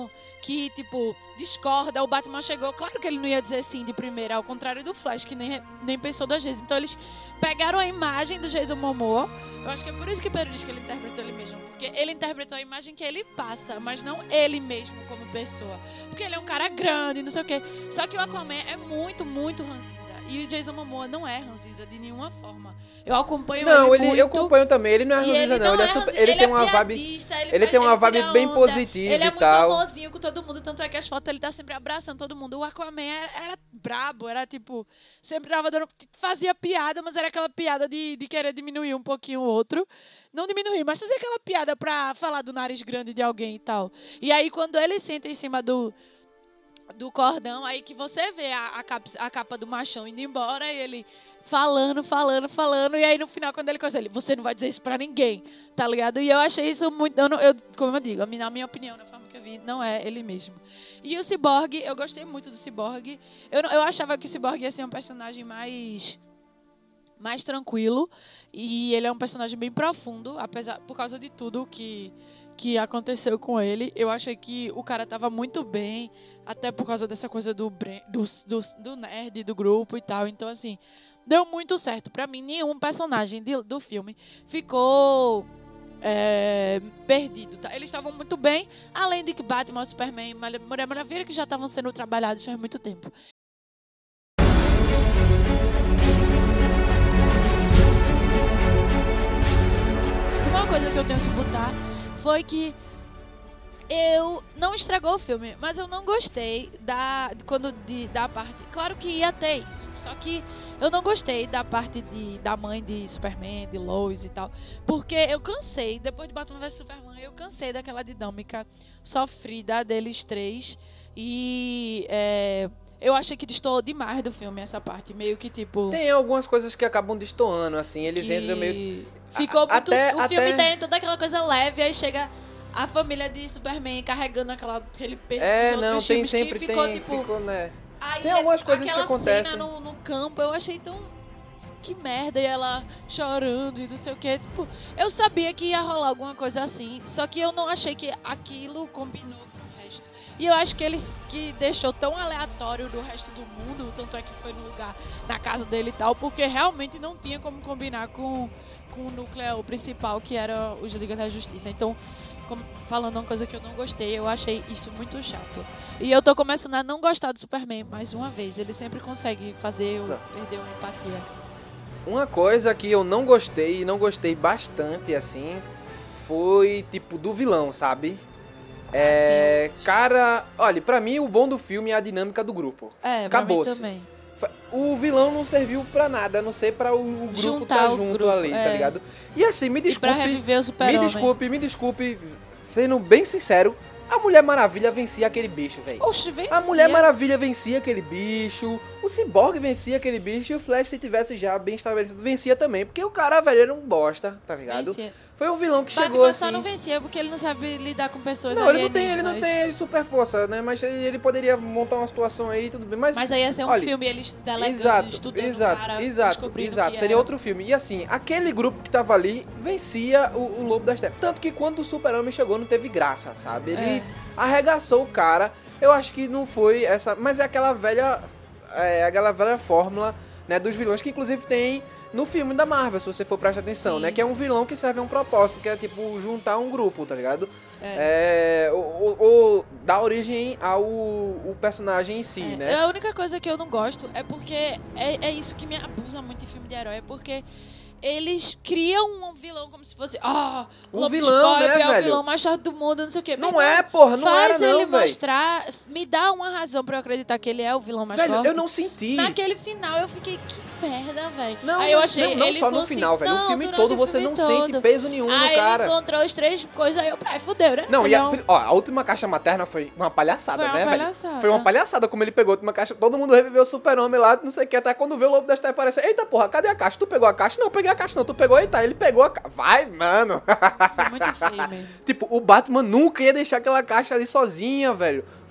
que, tipo, discorda. O Batman chegou, claro que ele não ia dizer sim de primeira, ao contrário do Flash, que nem, nem pensou duas vezes. Então eles pegaram a imagem do Jason Momoa. Eu acho que é por isso que Pedro diz que ele interpretou ele mesmo. Porque ele interpretou a imagem que ele passa, mas não ele mesmo como pessoa. Porque ele é um cara grande, não sei o quê. Só que o Aquaman é muito, muito ranzinza. E o Jason Momoa não é ranzinza de nenhuma forma. Eu acompanho
não,
ele,
ele
muito.
Eu acompanho também. Ele não é ranzinza,
ele
não.
não
Ele, é
é
super,
ranzinza,
ele,
ele
tem
é
uma vibe.
piadista,
Ele,
ele
ele
faz,
tem uma
ele
vibe
tira
bem
onda,
positiva
ele é
e
muito
tal.
amorzinho com todo mundo. Tanto é que as fotos ele tá sempre abraçando todo mundo. O Aquaman era, era brabo, era tipo. Sempre tava dando. Fazia piada, mas era aquela piada de, de querer diminuir um pouquinho o outro. Não diminuir, mas fazer aquela piada pra falar do nariz grande de alguém e tal. E aí, quando ele senta em cima do. do cordão, aí que você vê a, a, capa, a capa do machão indo embora e ele falando, falando, falando, e aí no final quando ele coisa ele, você não vai dizer isso pra ninguém, tá ligado? E eu achei isso muito, eu, não, eu como eu digo, na minha opinião, na forma que eu vi, não é ele mesmo. E o Cyborg, eu gostei muito do Cyborg, eu, eu achava que o Cyborg ia ser um personagem mais mais tranquilo, e ele é um personagem bem profundo, apesar, por causa de tudo que que aconteceu com ele. Eu achei que o cara tava muito bem, até por causa dessa coisa do, do, do, do nerd, do grupo e tal. Então, assim, deu muito certo. Pra mim, nenhum personagem de, do filme ficou é, perdido. Tá? Eles estavam muito bem, além de que Batman, Superman e Mulher Maravilha, que já estavam sendo trabalhados faz muito tempo. Uma coisa que eu tenho que botar foi que eu não estragou o filme, mas eu não gostei da quando de, da parte. Claro que ia ter isso, só que eu não gostei da parte de, da mãe de Superman, de Lois e tal, porque eu cansei depois de Batman versus Superman, eu cansei daquela dinâmica sofrida deles três e é, eu achei que destoou demais do filme essa parte, meio que tipo.
Tem algumas coisas que acabam destoando, assim, eles
que...
entram meio.
Ficou muito.
Até,
o
até...
filme tem toda aquela coisa leve, aí chega a família de Superman carregando aquela, aquele peixe
É,
dos
não,
outros
tem
filmes
sempre
que ficou
tem,
tipo.
ficou, né?
Aí,
Tem algumas coisas que
aquela
acontecem.
cena no, no campo, eu achei tão. Que merda, e ela chorando e não sei o que. Tipo, eu sabia que ia rolar alguma coisa assim, só que eu não achei que aquilo combinou com o resto. E eu acho que ele que deixou tão aleatório do resto do mundo, tanto é que foi no lugar, na casa dele e tal, porque realmente não tinha como combinar com, com o núcleo principal, que era os Liga da Justiça. Então, como, falando uma coisa que eu não gostei, eu achei isso muito chato. E eu tô começando a não gostar do Superman mais uma vez. Ele sempre consegue fazer eu perder uma empatia.
Uma coisa que eu não gostei, e não gostei bastante, assim, foi, tipo, do vilão, sabe? É,
assim,
cara, olha, pra mim o bom do filme é a dinâmica do grupo.
É,
acabou-se.
pra mim também.
O vilão não serviu pra nada, a não ser pra o, o grupo
Juntar
tá
o
junto
grupo,
ali,
é.
tá ligado? E assim, me desculpe,
E pra reviver o Super-Homem.
me desculpe, me desculpe, sendo bem sincero, a Mulher Maravilha vencia aquele bicho, velho.
Oxe, vencia.
A Mulher Maravilha vencia aquele bicho, o Cyborg vencia aquele bicho e o Flash, se tivesse já bem estabelecido, vencia também. Porque o cara, velho, era um bosta, tá ligado?
Vencia.
Foi um vilão que
Batman
chegou assim...
só não vencia porque ele não sabe lidar com pessoas
Não, ele não tem,
alienígenas.
ele não tem super força, né? Mas ele, ele poderia montar uma situação aí, tudo bem. Mas,
Mas aí ia ser um
olha,
filme, eles delegando,
exato,
estudando
exato,
o cara,
exato,
descobrindo
exato.
que
Seria
era.
outro filme. E assim, aquele grupo que tava ali vencia o, o Lobo da Steppe. Tanto que quando o Super-Homem chegou não teve graça, sabe? Ele
É.
arregaçou o cara. Eu acho que não foi essa... Mas é aquela velha... É aquela velha fórmula, né, dos vilões que inclusive tem no filme da Marvel, se você for prestar atenção,
Sim.
né? Que é um vilão que serve a um propósito, que é tipo juntar um grupo, tá ligado? É. É, ou, ou dar origem ao o personagem em si,
É.
né?
A única coisa que eu não gosto é porque é, é isso que me abusa muito em filme de herói, é porque eles criam um vilão como se fosse, ah, oh,
Um
Lobo
vilão,
de Spoiler
né,
é o
velho?
vilão mais chato do mundo, não sei o quê.
Não
Meu
é,
irmão,
porra, não
faz
era não,
ele
velho.
mostrar, me dá uma razão pra eu acreditar que ele é o vilão mais
Velho,
forte.
eu não senti.
Naquele final eu fiquei, que merda, velho.
Não,
Aí eu
não,
achei,
não, não
ele
só no
consegui-
final, velho.
Não,
o filme
durante
todo
o
você
filme
não
todo.
sente peso nenhum
Aí
no cara.
ele encontrou as três coisas, aí eu, ai, fudeu, né?
Não, e a,
Não.
ó, a última caixa materna foi uma palhaçada,
Foi uma
né,
palhaçada.
velho? Foi uma palhaçada como ele pegou a última caixa. Todo mundo reviveu o Super-Homem lá, não sei o que. Até quando vê o Lobo da Steppe aparece, eita porra, cadê a caixa? Tu pegou a caixa? Não, eu peguei a caixa não. Tu pegou, eita, ele pegou a caixa. Vai, mano.
Foi muito feio mesmo.
Tipo, o Batman nunca ia deixar aquela caixa ali sozinha, velho.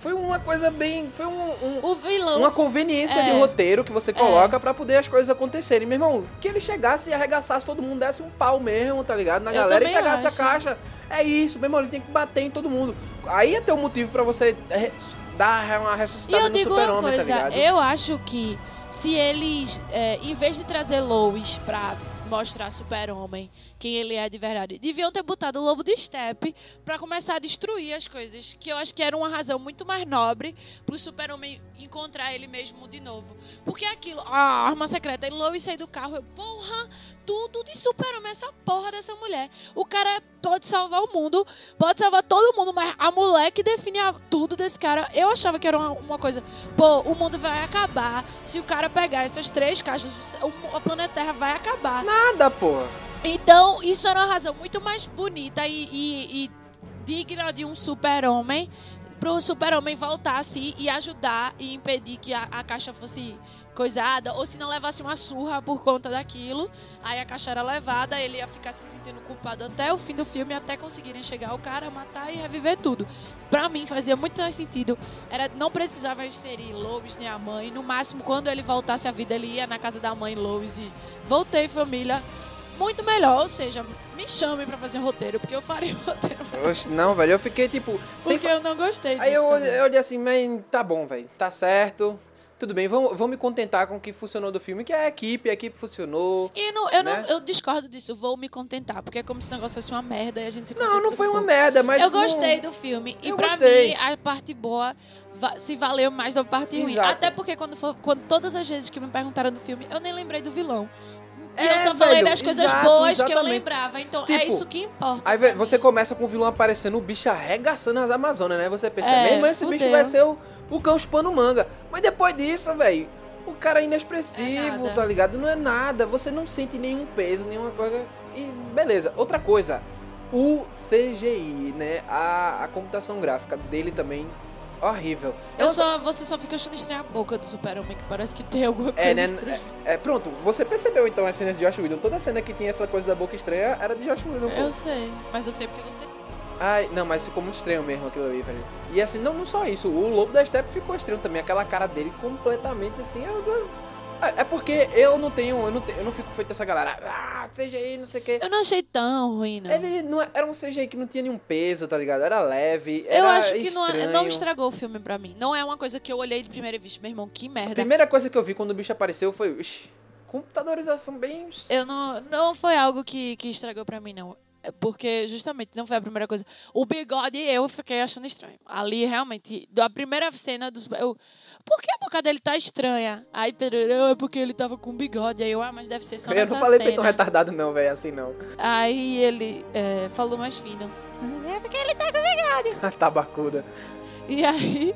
Foi uma coisa bem... Foi um, um,
O vilão...
uma conveniência
é.
de roteiro que você coloca pra poder as coisas acontecerem. Meu irmão, que ele chegasse e arregaçasse todo mundo, desse um pau mesmo, tá ligado? Na
Eu
galera e
também
pegasse
acho.
a caixa. É isso, meu irmão, ele tem que bater em todo mundo. Aí ia ter um motivo pra você re- dar uma
E
ressuscitada
eu
no
digo uma
super-homem, tá
coisa,
ligado?
eu acho que se eles, é, em vez de trazer Lois pra mostrar Super-Homem, quem ele é de verdade, deviam ter botado o Lobo de Steppe pra começar a destruir as coisas, que eu acho que era uma razão muito mais nobre pro Super-Homem encontrar ele mesmo de novo. Porque aquilo, a arma secreta, e Lois sair do carro, eu, porra, tudo de Super-Homem, essa porra dessa mulher. O cara pode salvar o mundo, pode salvar todo mundo, mas a mulher que define a- tudo desse cara, eu achava que era uma, uma coisa, pô, o mundo vai acabar se o cara pegar essas três caixas, o, o, a planeta Terra vai acabar.
Nada, porra.
Então, isso era uma razão muito mais bonita e, e- e digna de um super-homem, pro super-homem voltar assim e ajudar e impedir que a, a caixa fosse coisada, ou se não levasse uma surra por conta daquilo, aí a caixa era levada, ele ia ficar se sentindo culpado até o fim do filme, até conseguirem chegar o cara, matar e reviver tudo. Pra mim fazia muito mais sentido, era, não precisava inserir Lois nem a mãe, no máximo quando ele voltasse à vida ele ia na casa da mãe Lois e voltei família, muito melhor, ou seja, me chame pra fazer um roteiro, porque eu faria um roteiro pra
Oxe,
você.
não, velho, eu fiquei tipo... sem
Porque
fa-
eu não gostei disso
Aí eu,
também.
eu olhei assim, mas tá bom, velho, tá certo, tudo bem, vamos, vamos me contentar com o que funcionou do filme, que é a equipe, a equipe funcionou.
E não, eu,
né?
não, eu discordo disso, vou me contentar, porque é como se o negócio fosse uma merda e a gente se
Não,
contenta
não
com
foi uma
pouco.
merda, mas...
Eu
não-
gostei do filme. E
Eu
pra
gostei.
mim, a parte boa va- se valeu mais da parte ruim.
Exato.
Até porque quando, for, quando todas as vezes que me perguntaram do filme, eu nem lembrei do vilão. E
É,
eu só falei
velho,
das coisas
exato,
boas que eu
exatamente.
lembrava. Então,
Tipo,
é isso que importa.
Aí
pra
vê- você
mim.
começa com o vilão aparecendo, o bicho arregaçando as Amazonas, né? Você pensa,
É,
mesmo esse bicho
fudeu.
vai ser o, o cão chupando manga. Mas depois disso, velho, o cara é inexpressivo,
É nada.
tá ligado? Não é nada, você não sente nenhum peso, nenhuma coisa. E beleza. Outra coisa, o C G I, né? A, a computação gráfica dele também, horrível.
Eu
Ela-
só, você só fica achando estranha a boca do Super-Homem, que parece que tem alguma coisa
É, né?
estranha.
É, é, pronto, você percebeu então as cenas de Josh Whedon. Toda cena que tinha essa coisa da boca estranha era de Josh Whedon. pô.
Eu sei, mas eu sei porque você...
Ai, não, mas ficou muito estranho mesmo aquilo ali, velho. E assim, não, não só isso, o Lobo da Steppe ficou estranho também, aquela cara dele completamente assim. Eu, eu- é é porque eu não tenho, eu não, tenho, eu não fico feito essa galera, ah, C G I, não sei o quê.
Eu não achei tão ruim, não.
Ele não é- era um C G I que não tinha nenhum peso, tá ligado? Era leve, era
Eu acho que não,
estranho.
não estragou o filme pra mim. Não é uma coisa que eu olhei de primeira vista. Meu irmão, que
A
merda.
primeira coisa que eu vi quando o bicho apareceu foi, "Ixi, computadorização bem...
Eu não, não foi algo que, que estragou pra mim, não. É porque, justamente, não foi a primeira coisa. O bigode eu fiquei achando estranho. Ali, realmente, da primeira cena dos... Eu, por que a boca dele tá estranha? Aí, Pedro, é porque ele tava com bigode. Aí eu, ah, mas deve ser só
Eu
nessa
não falei
cena.
feito um retardado não, velho, assim não.
Aí ele é, falou mais fino. É porque ele tá com bigode.
Tabacuda.
E aí,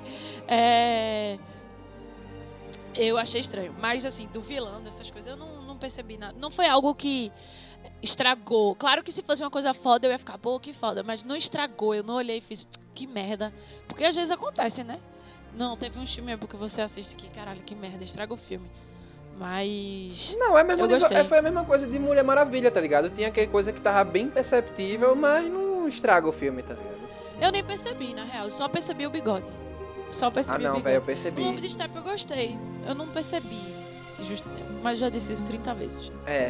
é... eu achei estranho. Mas, assim, do vilão, dessas coisas, eu não, não percebi nada. Não foi algo que estragou. Claro que se fosse uma coisa foda, eu ia ficar, pô, que foda. Mas não estragou. Eu não olhei e fiz, que merda. Porque às vezes acontece, né? Não, teve um filme que você assiste que, caralho, que merda, estraga o filme. Mas...
Não, é mesmo
Eu
nível-
gostei.
é, foi a mesma coisa de Mulher Maravilha, tá ligado? Tinha aquela coisa que tava bem perceptível, mas não estraga o filme, tá ligado?
eu nem percebi, na real. Eu só percebi o bigode. Só
Ah,
percebi o
não,
bigode.
velho, eu
O
percebi.
Lobo de Steppe eu gostei. Eu não percebi. Just... Mas já disse isso trinta vezes.
É.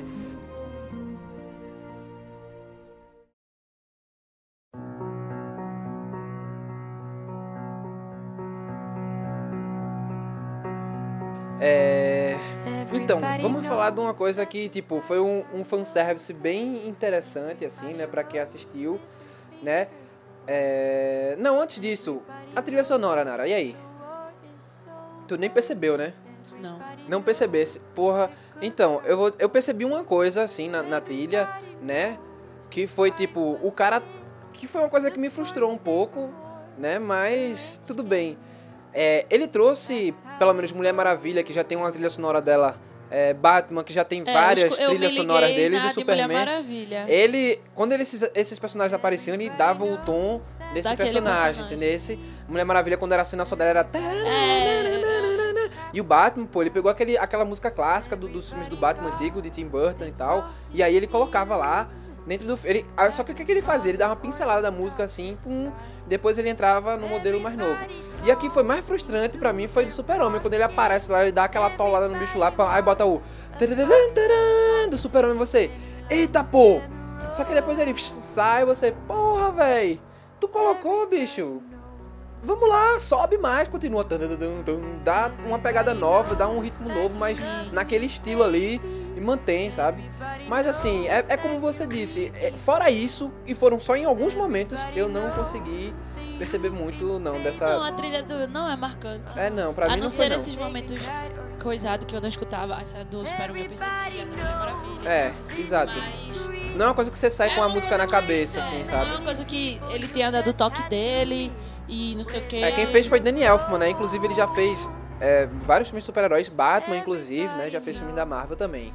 É... Então, vamos falar de uma coisa que, tipo, foi um, um fanservice bem interessante, assim, né, pra quem assistiu, né? É... Não, antes disso, a trilha sonora, Nara, e aí? Tu nem percebeu, né?
Não.
Não percebesse. Porra, então, eu, vou- eu percebi uma coisa, assim, na, na trilha, né? Que foi, tipo, o cara... Que foi uma coisa que me frustrou um pouco, né? Mas, tudo bem. É, ele trouxe, pelo menos, Mulher Maravilha, que já tem uma trilha sonora dela. É, Batman, que já tem
É,
várias
eu, eu
trilhas
me
sonoras
liguei
dele,
na
do
de Mulher
Superman.
Maravilha.
Ele, quando esses, esses personagens apareciam, ele dava o tom desse
Daquele
personagem,
personagem.
entendeu? Esse Mulher Maravilha, quando era a cena só dela, era...
É,
E o Batman, pô, ele pegou aquele, aquela música clássica do- dos filmes do Batman antigo, de Tim Burton e tal, e aí ele colocava lá, Dentro do ele, só que o que, que ele fazia? Ele dava uma pincelada da música assim, pum, depois ele entrava no modelo mais novo. E aqui foi mais frustrante pra mim, foi do Super-Homem, quando ele aparece lá, ele dá aquela tolada no bicho lá, aí bota o do Super-Homem, você, eita pô! Só que depois ele psh, sai, você, porra, véi, tu colocou, bicho, vamos lá, sobe mais, continua, dá uma pegada nova, dá um ritmo novo, mas naquele estilo ali, e mantém, sabe? Mas assim, é, é como você disse, é, fora isso, e foram só em alguns momentos, eu não consegui perceber muito, não, dessa...
Não, a trilha do não é marcante.
É, não, pra
a
mim
não
não foi,
ser
não.
esses momentos coisados que eu não escutava, essa do Super-Homem, eu pensei que ia Mulher Maravilha.
É, exato.
Mas...
Não é uma coisa que você sai
é
com a
uma
música na
coisa
cabeça,
que,
assim,
é,
sabe?
Não é uma coisa que ele tinha dado o toque dele e não sei o que.
É, quem fez foi Danny Elfman, né? Inclusive ele já fez é, vários filmes de super-heróis, Batman, inclusive, né? Já fez filme da Marvel também.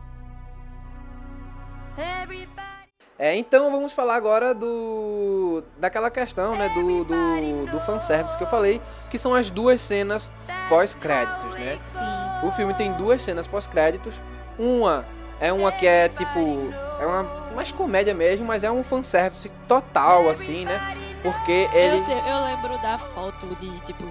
É, então vamos falar agora do daquela questão, né, do, do, do fanservice que eu falei, que são as duas cenas pós-créditos, né?
Sim.
O filme tem duas cenas pós-créditos, uma é uma que é tipo, é uma mais comédia mesmo, mas é um fanservice total, assim, né? Porque ele...
Eu, te, eu lembro da foto de, tipo...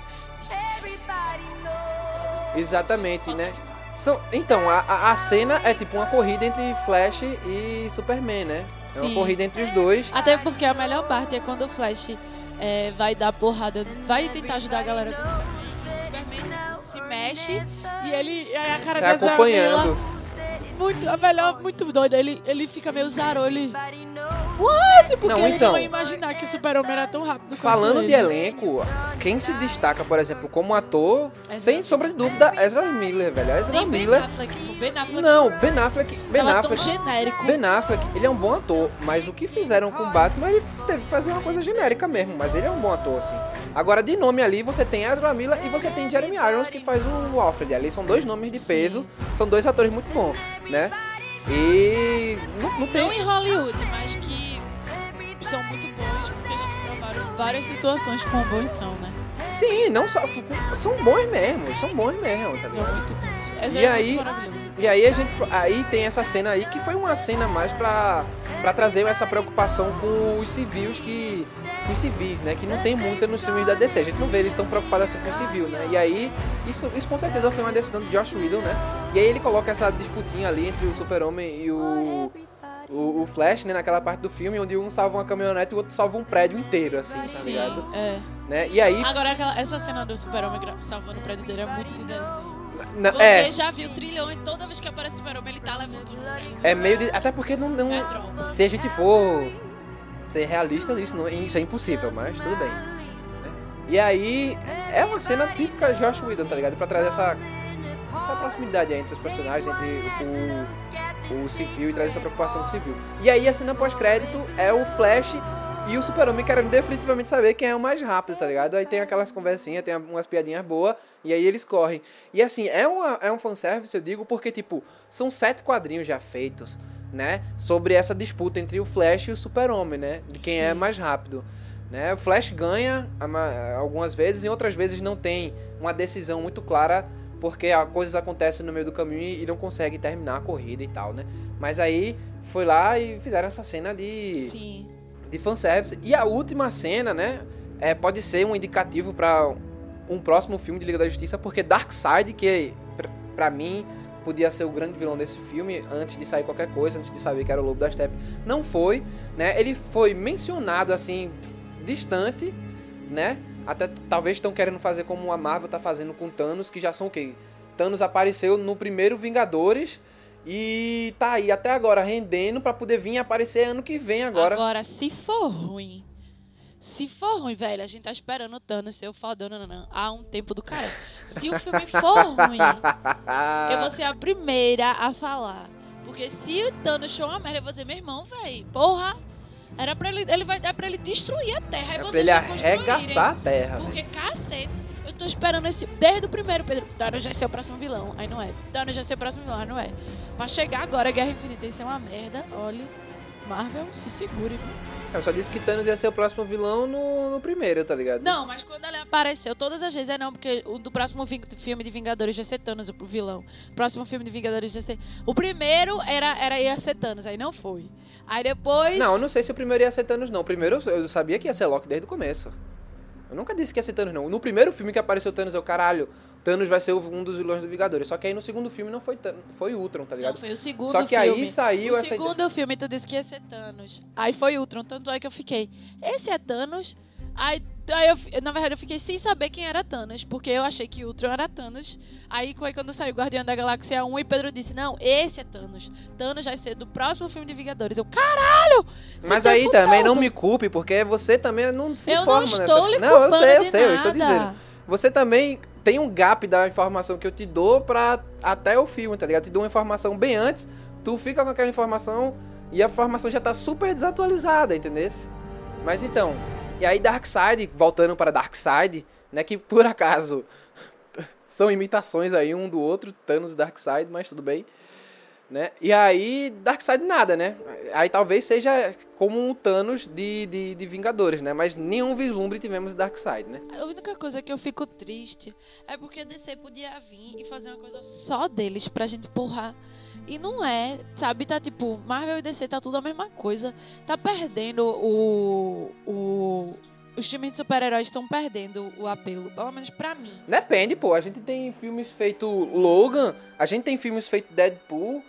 Exatamente, né? São, então, a, a cena é tipo uma corrida entre Flash e Superman, né? É uma
Sim.
corrida entre os dois.
Até porque a melhor parte é quando o Flash é, vai dar porrada, vai tentar ajudar a galera com o Superman. O Superman se mexe e ele... Aí a cara
Se
da
acompanhando.
Zamila, muito, a melhor, muito doida. Ele, ele fica meio zarou, ele... What? Porque
Não,
ele
então,
não ia imaginar que o Super-Homem era tão rápido quanto
Falando
ele.
de elenco, quem se destaca, por exemplo, como ator, sem sombra de dúvida, Ezra Miller, velho. Ezra
Nem Ben
Miller...
Affleck. O Ben Affleck
Não, Ben Affleck... Ben
tava
Affleck...
tão genérico.
Ben Affleck, ele é um bom ator, mas o que fizeram com o Batman, ele teve que fazer uma coisa genérica mesmo, mas ele é um bom ator, assim. Agora, de nome ali, você tem Ezra Miller e você tem Jeremy Irons, que faz o Alfred. Ali são dois nomes de peso, são dois atores muito bons, né? E não, não tem...
Não em Hollywood, mas que são muito bons, porque já se provaram em várias situações quão bons são, né?
Sim, não só... São bons mesmo, são bons mesmo, tá
São
ligado?
muito bons. Ezra
E
é
aí,
muito maravilhoso.
e aí a gente, aí tem essa cena aí que foi uma cena mais pra, pra trazer essa preocupação com os civis que, os civis, né, que não tem muita nos filmes da D C. A gente não vê eles tão preocupados assim com o civil, né? E aí isso, isso com certeza foi uma decisão de Joss Whedon, né? E aí ele coloca essa disputinha ali entre o Super-Homem e o O, o Flash, né, naquela parte do filme, onde um salva uma caminhonete e o outro salva um prédio inteiro, assim, tá
Sim,
ligado?
é.
Né? E aí...
Agora, aquela, essa cena do Super-Homem gra- salvando o prédio dele é muito de desenho.
na-
Você
é,
já viu trilhões, toda vez que aparece o Super-Homem, ele tá levantando o prédio.
é meio de... Até porque não... não
Metrópolis.
se a gente for ser realista nisso, não, isso é impossível, mas tudo bem. Né? E aí, é uma cena típica Joss Whedon, tá ligado? Pra trazer essa, essa proximidade aí entre os personagens, entre o, o civil e trazer essa preocupação com o civil. E aí, a cena pós-crédito é o Flash e o Super-Homem querendo definitivamente saber quem é o mais rápido, tá ligado? Aí tem aquelas conversinhas, tem umas piadinhas boas, e aí eles correm. E assim, é, uma, é um fanservice, eu digo, porque, tipo, são sete quadrinhos já feitos, né? Sobre essa disputa entre o Flash e o Super-Homem, né? De quem
Sim.
é mais rápido. Né? O Flash ganha algumas vezes, e outras vezes não tem uma decisão muito clara, porque coisas acontecem no meio do caminho e não consegue terminar a corrida e tal, né? Mas aí foi lá e fizeram essa cena de...
Sim.
de fanservice. E a última cena, né, é, pode ser um indicativo para um próximo filme de Liga da Justiça, porque Darkseid, que pra, pra mim podia ser o grande vilão desse filme, antes de sair qualquer coisa, antes de saber que era o Lobo da Steppe, não foi, né, ele foi mencionado, assim, distante, né, até talvez estão querendo fazer como a Marvel tá fazendo com Thanos, que já são o quê? Thanos apareceu no primeiro Vingadores, e tá aí até agora rendendo pra poder vir aparecer ano que vem agora.
Agora, se for ruim, se for ruim, velho, a gente tá esperando o Thanos ser o fodão nananã, há um tempo do cara. Se o filme for ruim, eu vou ser a primeira a falar. Porque se o Thanos show uma merda, eu vou dizer, meu irmão, velho, porra, era pra ele, ele vai dar pra ele destruir a Terra.
É
e
pra
vocês
ele
já construírem.
arregaçar a Terra.
Porque, cacete, eu tô esperando esse... Desde o primeiro, Pedro, Thanos já ser o próximo vilão. Aí não é. Thanos já ser o próximo vilão. Aí não é. Pra chegar agora, Guerra Infinita ia ser uma merda. Olha, Marvel, se segure, viu?
Eu só disse que Thanos ia ser o próximo vilão no, no primeiro, tá ligado?
Não, mas quando ela apareceu todas as vezes. É não, porque o do próximo vi- filme de Vingadores vai ser Thanos, o vilão. O próximo filme de Vingadores vai ser... O primeiro era, era ia ser Thanos, aí não foi. Aí depois...
Não, eu não sei se o primeiro ia ser Thanos, não. O primeiro eu sabia que ia ser Loki desde o começo. Eu nunca disse que ia ser Thanos, não. No primeiro filme que apareceu Thanos, eu, caralho, Thanos vai ser um dos vilões do Vingadores. Só que aí no segundo filme não foi Thanos, foi Ultron, tá ligado?
Não, foi o segundo
Só que
filme.
aí saiu
o
essa
segundo
ideia.
filme tu disse que ia ser Thanos. Aí foi Ultron, tanto é que eu fiquei, esse é Thanos? Aí, aí eu, na verdade eu fiquei sem saber quem era Thanos, porque eu achei que Ultron era Thanos. Aí foi quando saiu Guardião da Galáxia um e Pedro disse, não, esse é Thanos. Thanos vai ser do próximo filme de Vingadores. Eu, caralho!
Mas
Você
aí
tem
também não
contato.
me culpe, porque você também não se
Eu
informa
não estou
nessas
lhe
Não, eu,
culpando
sei, eu
de
sei, eu estou
nada.
dizendo. Você também tem um gap da informação que eu te dou pra até o filme, tá ligado? Eu te dou uma informação bem antes, tu fica com aquela informação e a informação já tá super desatualizada, entendeu? Mas então, e aí Darkseid, voltando para Darkseid, né, que por acaso são imitações aí um do outro, Thanos e Darkseid, mas tudo bem. Né? E aí, Darkseid nada, né? Aí talvez seja como um Thanos de, de, de Vingadores, né? Mas nenhum vislumbre tivemos de Darkseid, né?
A única coisa que eu fico triste é porque a D C podia vir e fazer uma coisa só deles pra gente porrar. E não é, sabe? Tá tipo, Marvel e D C tá tudo a mesma coisa. Tá perdendo o... o os filmes de super-heróis estão perdendo o apelo, pelo menos pra mim.
Depende, pô. A gente tem filmes feito Logan, a gente tem filmes feito Deadpool,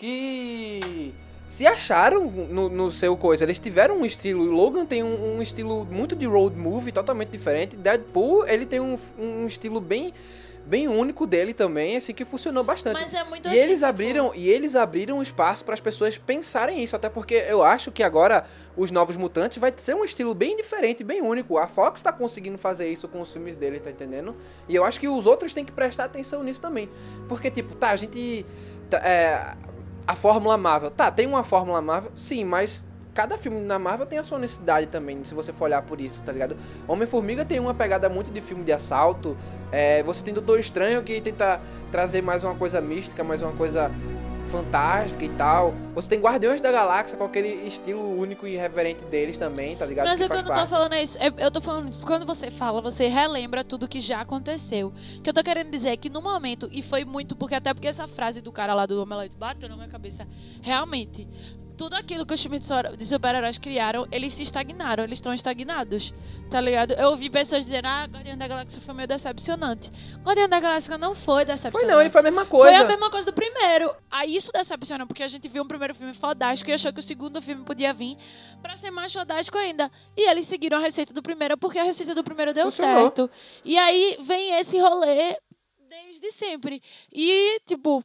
que se acharam no, no seu coisa. Eles tiveram um estilo. Logan tem um, um estilo muito de road movie, totalmente diferente. Deadpool, ele tem um, um estilo bem, bem único dele também, assim, que funcionou bastante.
Mas é muito
e
assim,
eles
tipo...
abriram E eles abriram espaço para as pessoas pensarem isso. Até porque eu acho que agora os Novos Mutantes vai ser um estilo bem diferente, bem único. A Fox tá conseguindo fazer isso com os filmes dele, tá entendendo? E eu acho que os outros têm que prestar atenção nisso também. Porque, tipo, tá, a gente... Tá, é, a Fórmula Marvel. Tá, tem uma Fórmula Marvel, sim, mas cada filme na Marvel tem a sua necessidade também, se você for olhar por isso, tá ligado? Homem-Formiga tem uma pegada muito de filme de assalto. É, você tem Doutor Estranho que tenta trazer mais uma coisa mística, mais uma coisa fantástica e tal. Você tem Guardiões da Galáxia com aquele estilo único e irreverente deles também, tá ligado?
Mas
que
eu
faz
não tô
parte.
falando isso. Eu, eu tô falando isso. Quando você fala, você relembra tudo que já aconteceu. O que eu tô querendo dizer é que no momento, e foi muito, porque até porque essa frase do cara lá do Omelete bateu na minha cabeça. Realmente, tudo aquilo que os filmes de so- de super-heróis criaram, eles se estagnaram, eles estão estagnados, tá ligado? Eu ouvi pessoas dizendo, ah, Guardião da Galáxia foi meio decepcionante. Guardião da Galáxia não foi decepcionante.
Foi não, ele foi a mesma coisa.
Foi a mesma coisa do primeiro. Aí isso decepcionou, porque a gente viu um primeiro filme fodástico e achou que o segundo filme podia vir pra ser mais fodástico ainda. E eles seguiram a receita do primeiro, porque a receita do primeiro deu
Funcionou.
certo. E aí vem esse rolê desde sempre. E, tipo...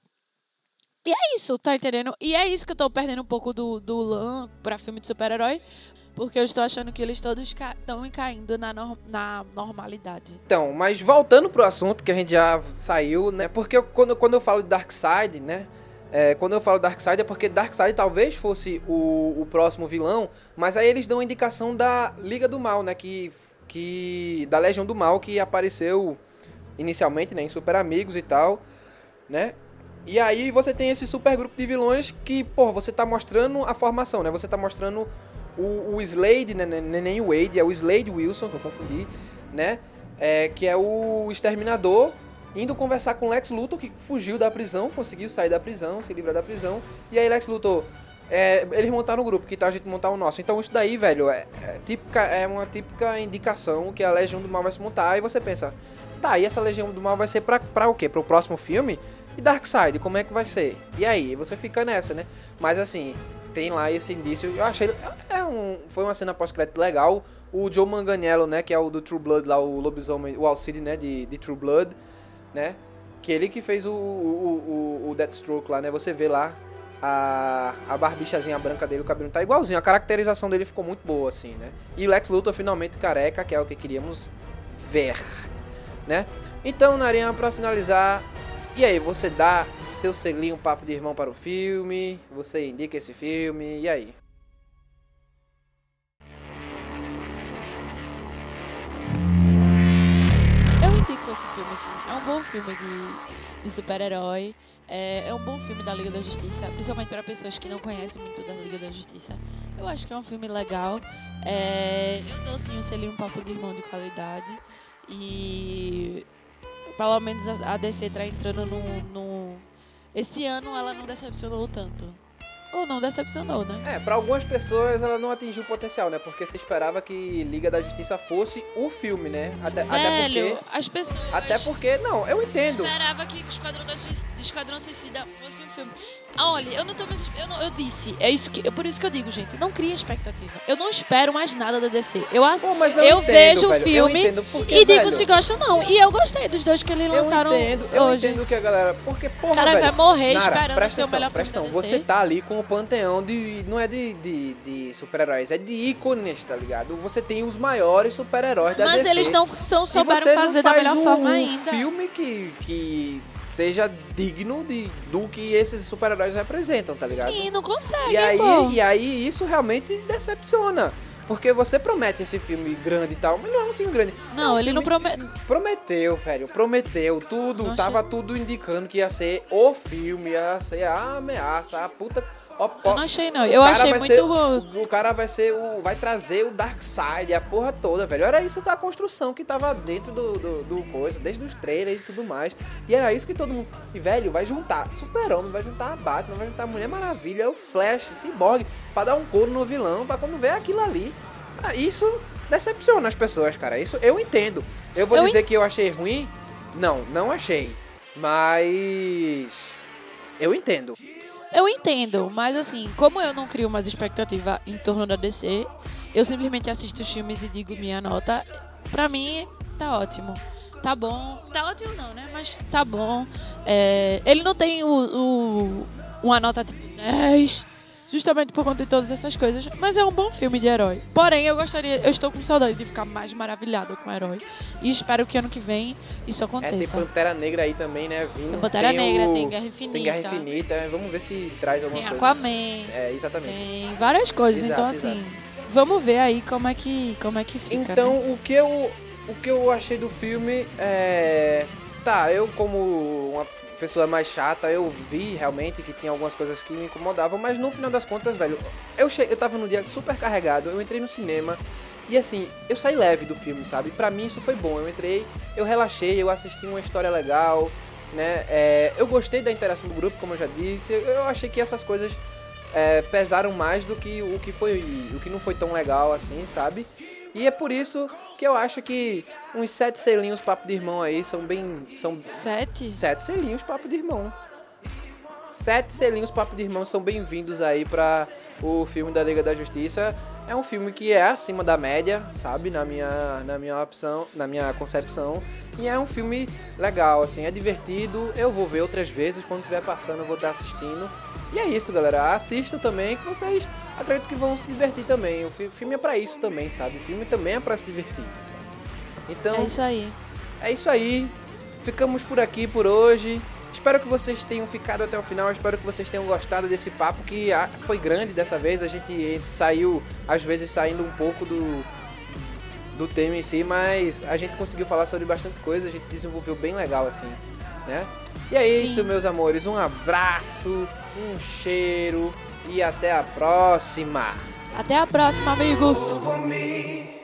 E é isso, tá entendendo? E é isso que eu tô perdendo um pouco do, do Lan pra filme de super-herói, porque eu estou achando que eles todos estão caindo na, nor- na normalidade.
Então, mas voltando pro assunto que a gente já saiu, né? Porque eu- quando, quando eu falo de Darkseid, né? É, quando eu falo Darkseid é porque Darkseid talvez fosse o, o próximo vilão, mas aí eles dão a indicação da Liga do Mal, né? Que, que da Legião do Mal, que apareceu inicialmente, né? Em Super Amigos e tal, né? E aí você tem esse super grupo de vilões que, pô, você tá mostrando a formação, né? Você tá mostrando o, o Slade, né? Nem o Wade, é o Slade Wilson, que eu confundi, né? É, que é o Exterminador, indo conversar com Lex Luthor, que fugiu da prisão, conseguiu sair da prisão, se livrar da prisão. E aí Lex Luthor, é, eles montaram um grupo, que tal a gente montar o nosso? Então isso daí, velho, é, é, típica, é uma típica indicação que a Legião do Mal vai se montar. E você pensa, tá, e essa Legião do Mal vai ser pra, pra o quê? Pro próximo filme? E Darkseid, como é que vai ser? E aí, você fica nessa, né? Mas assim, tem lá esse indício. Eu achei. É um, foi uma cena pós-crédito legal. O Joe Manganiello, né? Que é o do True Blood lá, o lobisomem, o Alcide, né? De, de True Blood, né? Que ele que fez o, o, o, o Deathstroke lá, né? Você vê lá a, a barbichazinha branca dele, o cabelo tá igualzinho. A caracterização dele ficou muito boa, assim, né? E Lex Luthor finalmente careca, que é o que queríamos ver, né? Então, Narinha, pra finalizar. E aí, você dá seu selinho papo de irmão para o filme, você indica esse filme, e aí?
Eu indico esse filme, assim. É um bom filme de, de super-herói. É, é um bom filme da Liga da Justiça, principalmente para pessoas que não conhecem muito da Liga da Justiça. Eu acho que é um filme legal. É, eu dou, sim, um selinho papo de irmão de qualidade. E pelo menos a D C tá entrando no, no... Esse ano ela não decepcionou tanto. Ou não decepcionou, né?
É, pra algumas pessoas ela não atingiu o potencial, né? Porque se esperava que Liga da Justiça fosse o filme, né? Até,
Velho,
até porque...
as pessoas...
Até porque... Não, eu entendo.
Esperava que Esquadrão, da Suic- Esquadrão Suicida fosse um filme. Ah, olha, eu não tô mais... Eu, não, eu disse, é isso que, por isso que eu digo, gente, não cria expectativa. Eu não espero mais nada da D C. Eu, ass...
Pô, mas eu
eu
entendo,
vejo
velho,
o filme
eu entendo porque,
e digo
velho,
se gosta ou não. E eu gostei dos dois que eles lançaram
eu entendo, eu
hoje.
entendo que a galera... Porque, porra,
O cara
velho,
vai morrer
Nara,
esperando
presta
ser o
atenção,
melhor
presta
filme
atenção,
da D C.
você tá ali com o panteão de... Não é de, de, de super-heróis, é de ícones, tá ligado? Você tem os maiores super-heróis da
Mas
D C.
eles não são,
E
souberam
você não
fazer da
faz
melhor
um
forma ainda.
filme que, que seja digno de, do que esses super-heróis representam, tá ligado?
Sim, não consegue,
E aí,
pô.
e aí isso realmente decepciona. Porque você promete esse filme grande e tal, mas não é um filme grande.
Não,
É um
ele não
filme-
promete...
Prometeu, velho. Prometeu. Tudo.
Não
tava
chega-
tudo indicando que ia ser o filme, ia ser a ameaça, a puta. Ó,
Eu
ó,
não achei, não.
o
Eu
cara
achei
vai
muito...
ser- o, o cara vai ser o. Vai trazer o Darkseid, a porra toda, velho. Era isso da construção que tava dentro do, do, do coisa, desde os trailers e tudo mais. E era isso que todo mundo. E, velho, vai juntar Super-Homem, vai juntar a Batman, vai juntar a Mulher Maravilha, o Flash, Cyborg, pra dar um couro no vilão, pra quando ver aquilo ali. Ah, isso decepciona as pessoas, cara. Isso eu entendo. Eu vou
Eu
dizer que eu achei ruim? Não, não achei. Mas. Eu entendo.
Eu entendo, mas assim, como eu não crio mais expectativa em torno da D C, eu simplesmente assisto os filmes e digo minha nota. Pra mim, tá ótimo. Tá bom. Tá ótimo não, né? Mas tá bom. É, ele não tem o, o- uma nota tipo dez, justamente por conta de todas essas coisas, mas é um bom filme de herói. Porém, eu gostaria, eu estou com saudade de ficar mais maravilhada com o herói. E espero que ano que vem isso
É, tem
aconteça.
Pantera Negra aí também, né? Vindo.
Tem Pantera Negra,
o-
tem Guerra Infinita.
Tem Guerra Infinita. Vamos ver se traz alguma
Tem
coisa.
Aquaman.
É, exatamente.
Tem várias coisas,
Exato,
então assim, vamos ver aí como é que, como é que fica,
Então,
né?
o que eu o que eu achei do filme é... Tá, eu como uma pessoa mais chata, eu vi realmente que tinha algumas coisas que me incomodavam, mas no final das contas, velho, eu, che... eu tava num dia super carregado, eu entrei no cinema e assim, eu saí leve do filme, sabe? Pra mim isso foi bom, eu entrei, eu relaxei, eu assisti uma história legal, né? É, eu gostei da interação do grupo, como eu já disse, eu achei que essas coisas é, pesaram mais do que o que foi, o que não foi tão legal assim, sabe? E é por isso que eu acho que uns sete selinhos papo de irmão aí são bem, são
Sete?
sete selinhos papo de irmão. Sete selinhos papo de irmão são bem-vindos aí pra o filme da Liga da Justiça. É um filme que é acima da média, sabe, na minha, na minha opção, na minha concepção. E é um filme legal, assim, é divertido. Eu vou ver outras vezes, quando estiver passando eu vou estar assistindo. E é isso, galera. Assistam também, que vocês acredito que vão se divertir também. O fi- filme é pra isso também, sabe? O filme também é pra se divertir, sabe? Então,
É isso aí.
é isso aí. Ficamos por aqui por hoje. Espero que vocês tenham ficado até o final. Espero que vocês tenham gostado desse papo, que ah, foi grande dessa vez. A gente saiu, às vezes, saindo um pouco do, do tema em si, mas a gente conseguiu falar sobre bastante coisa. A gente desenvolveu bem legal, assim, né? E é
Sim.
isso, meus amores. Um abraço, um cheiro e até a próxima.
Até a próxima, amigos!
Over me.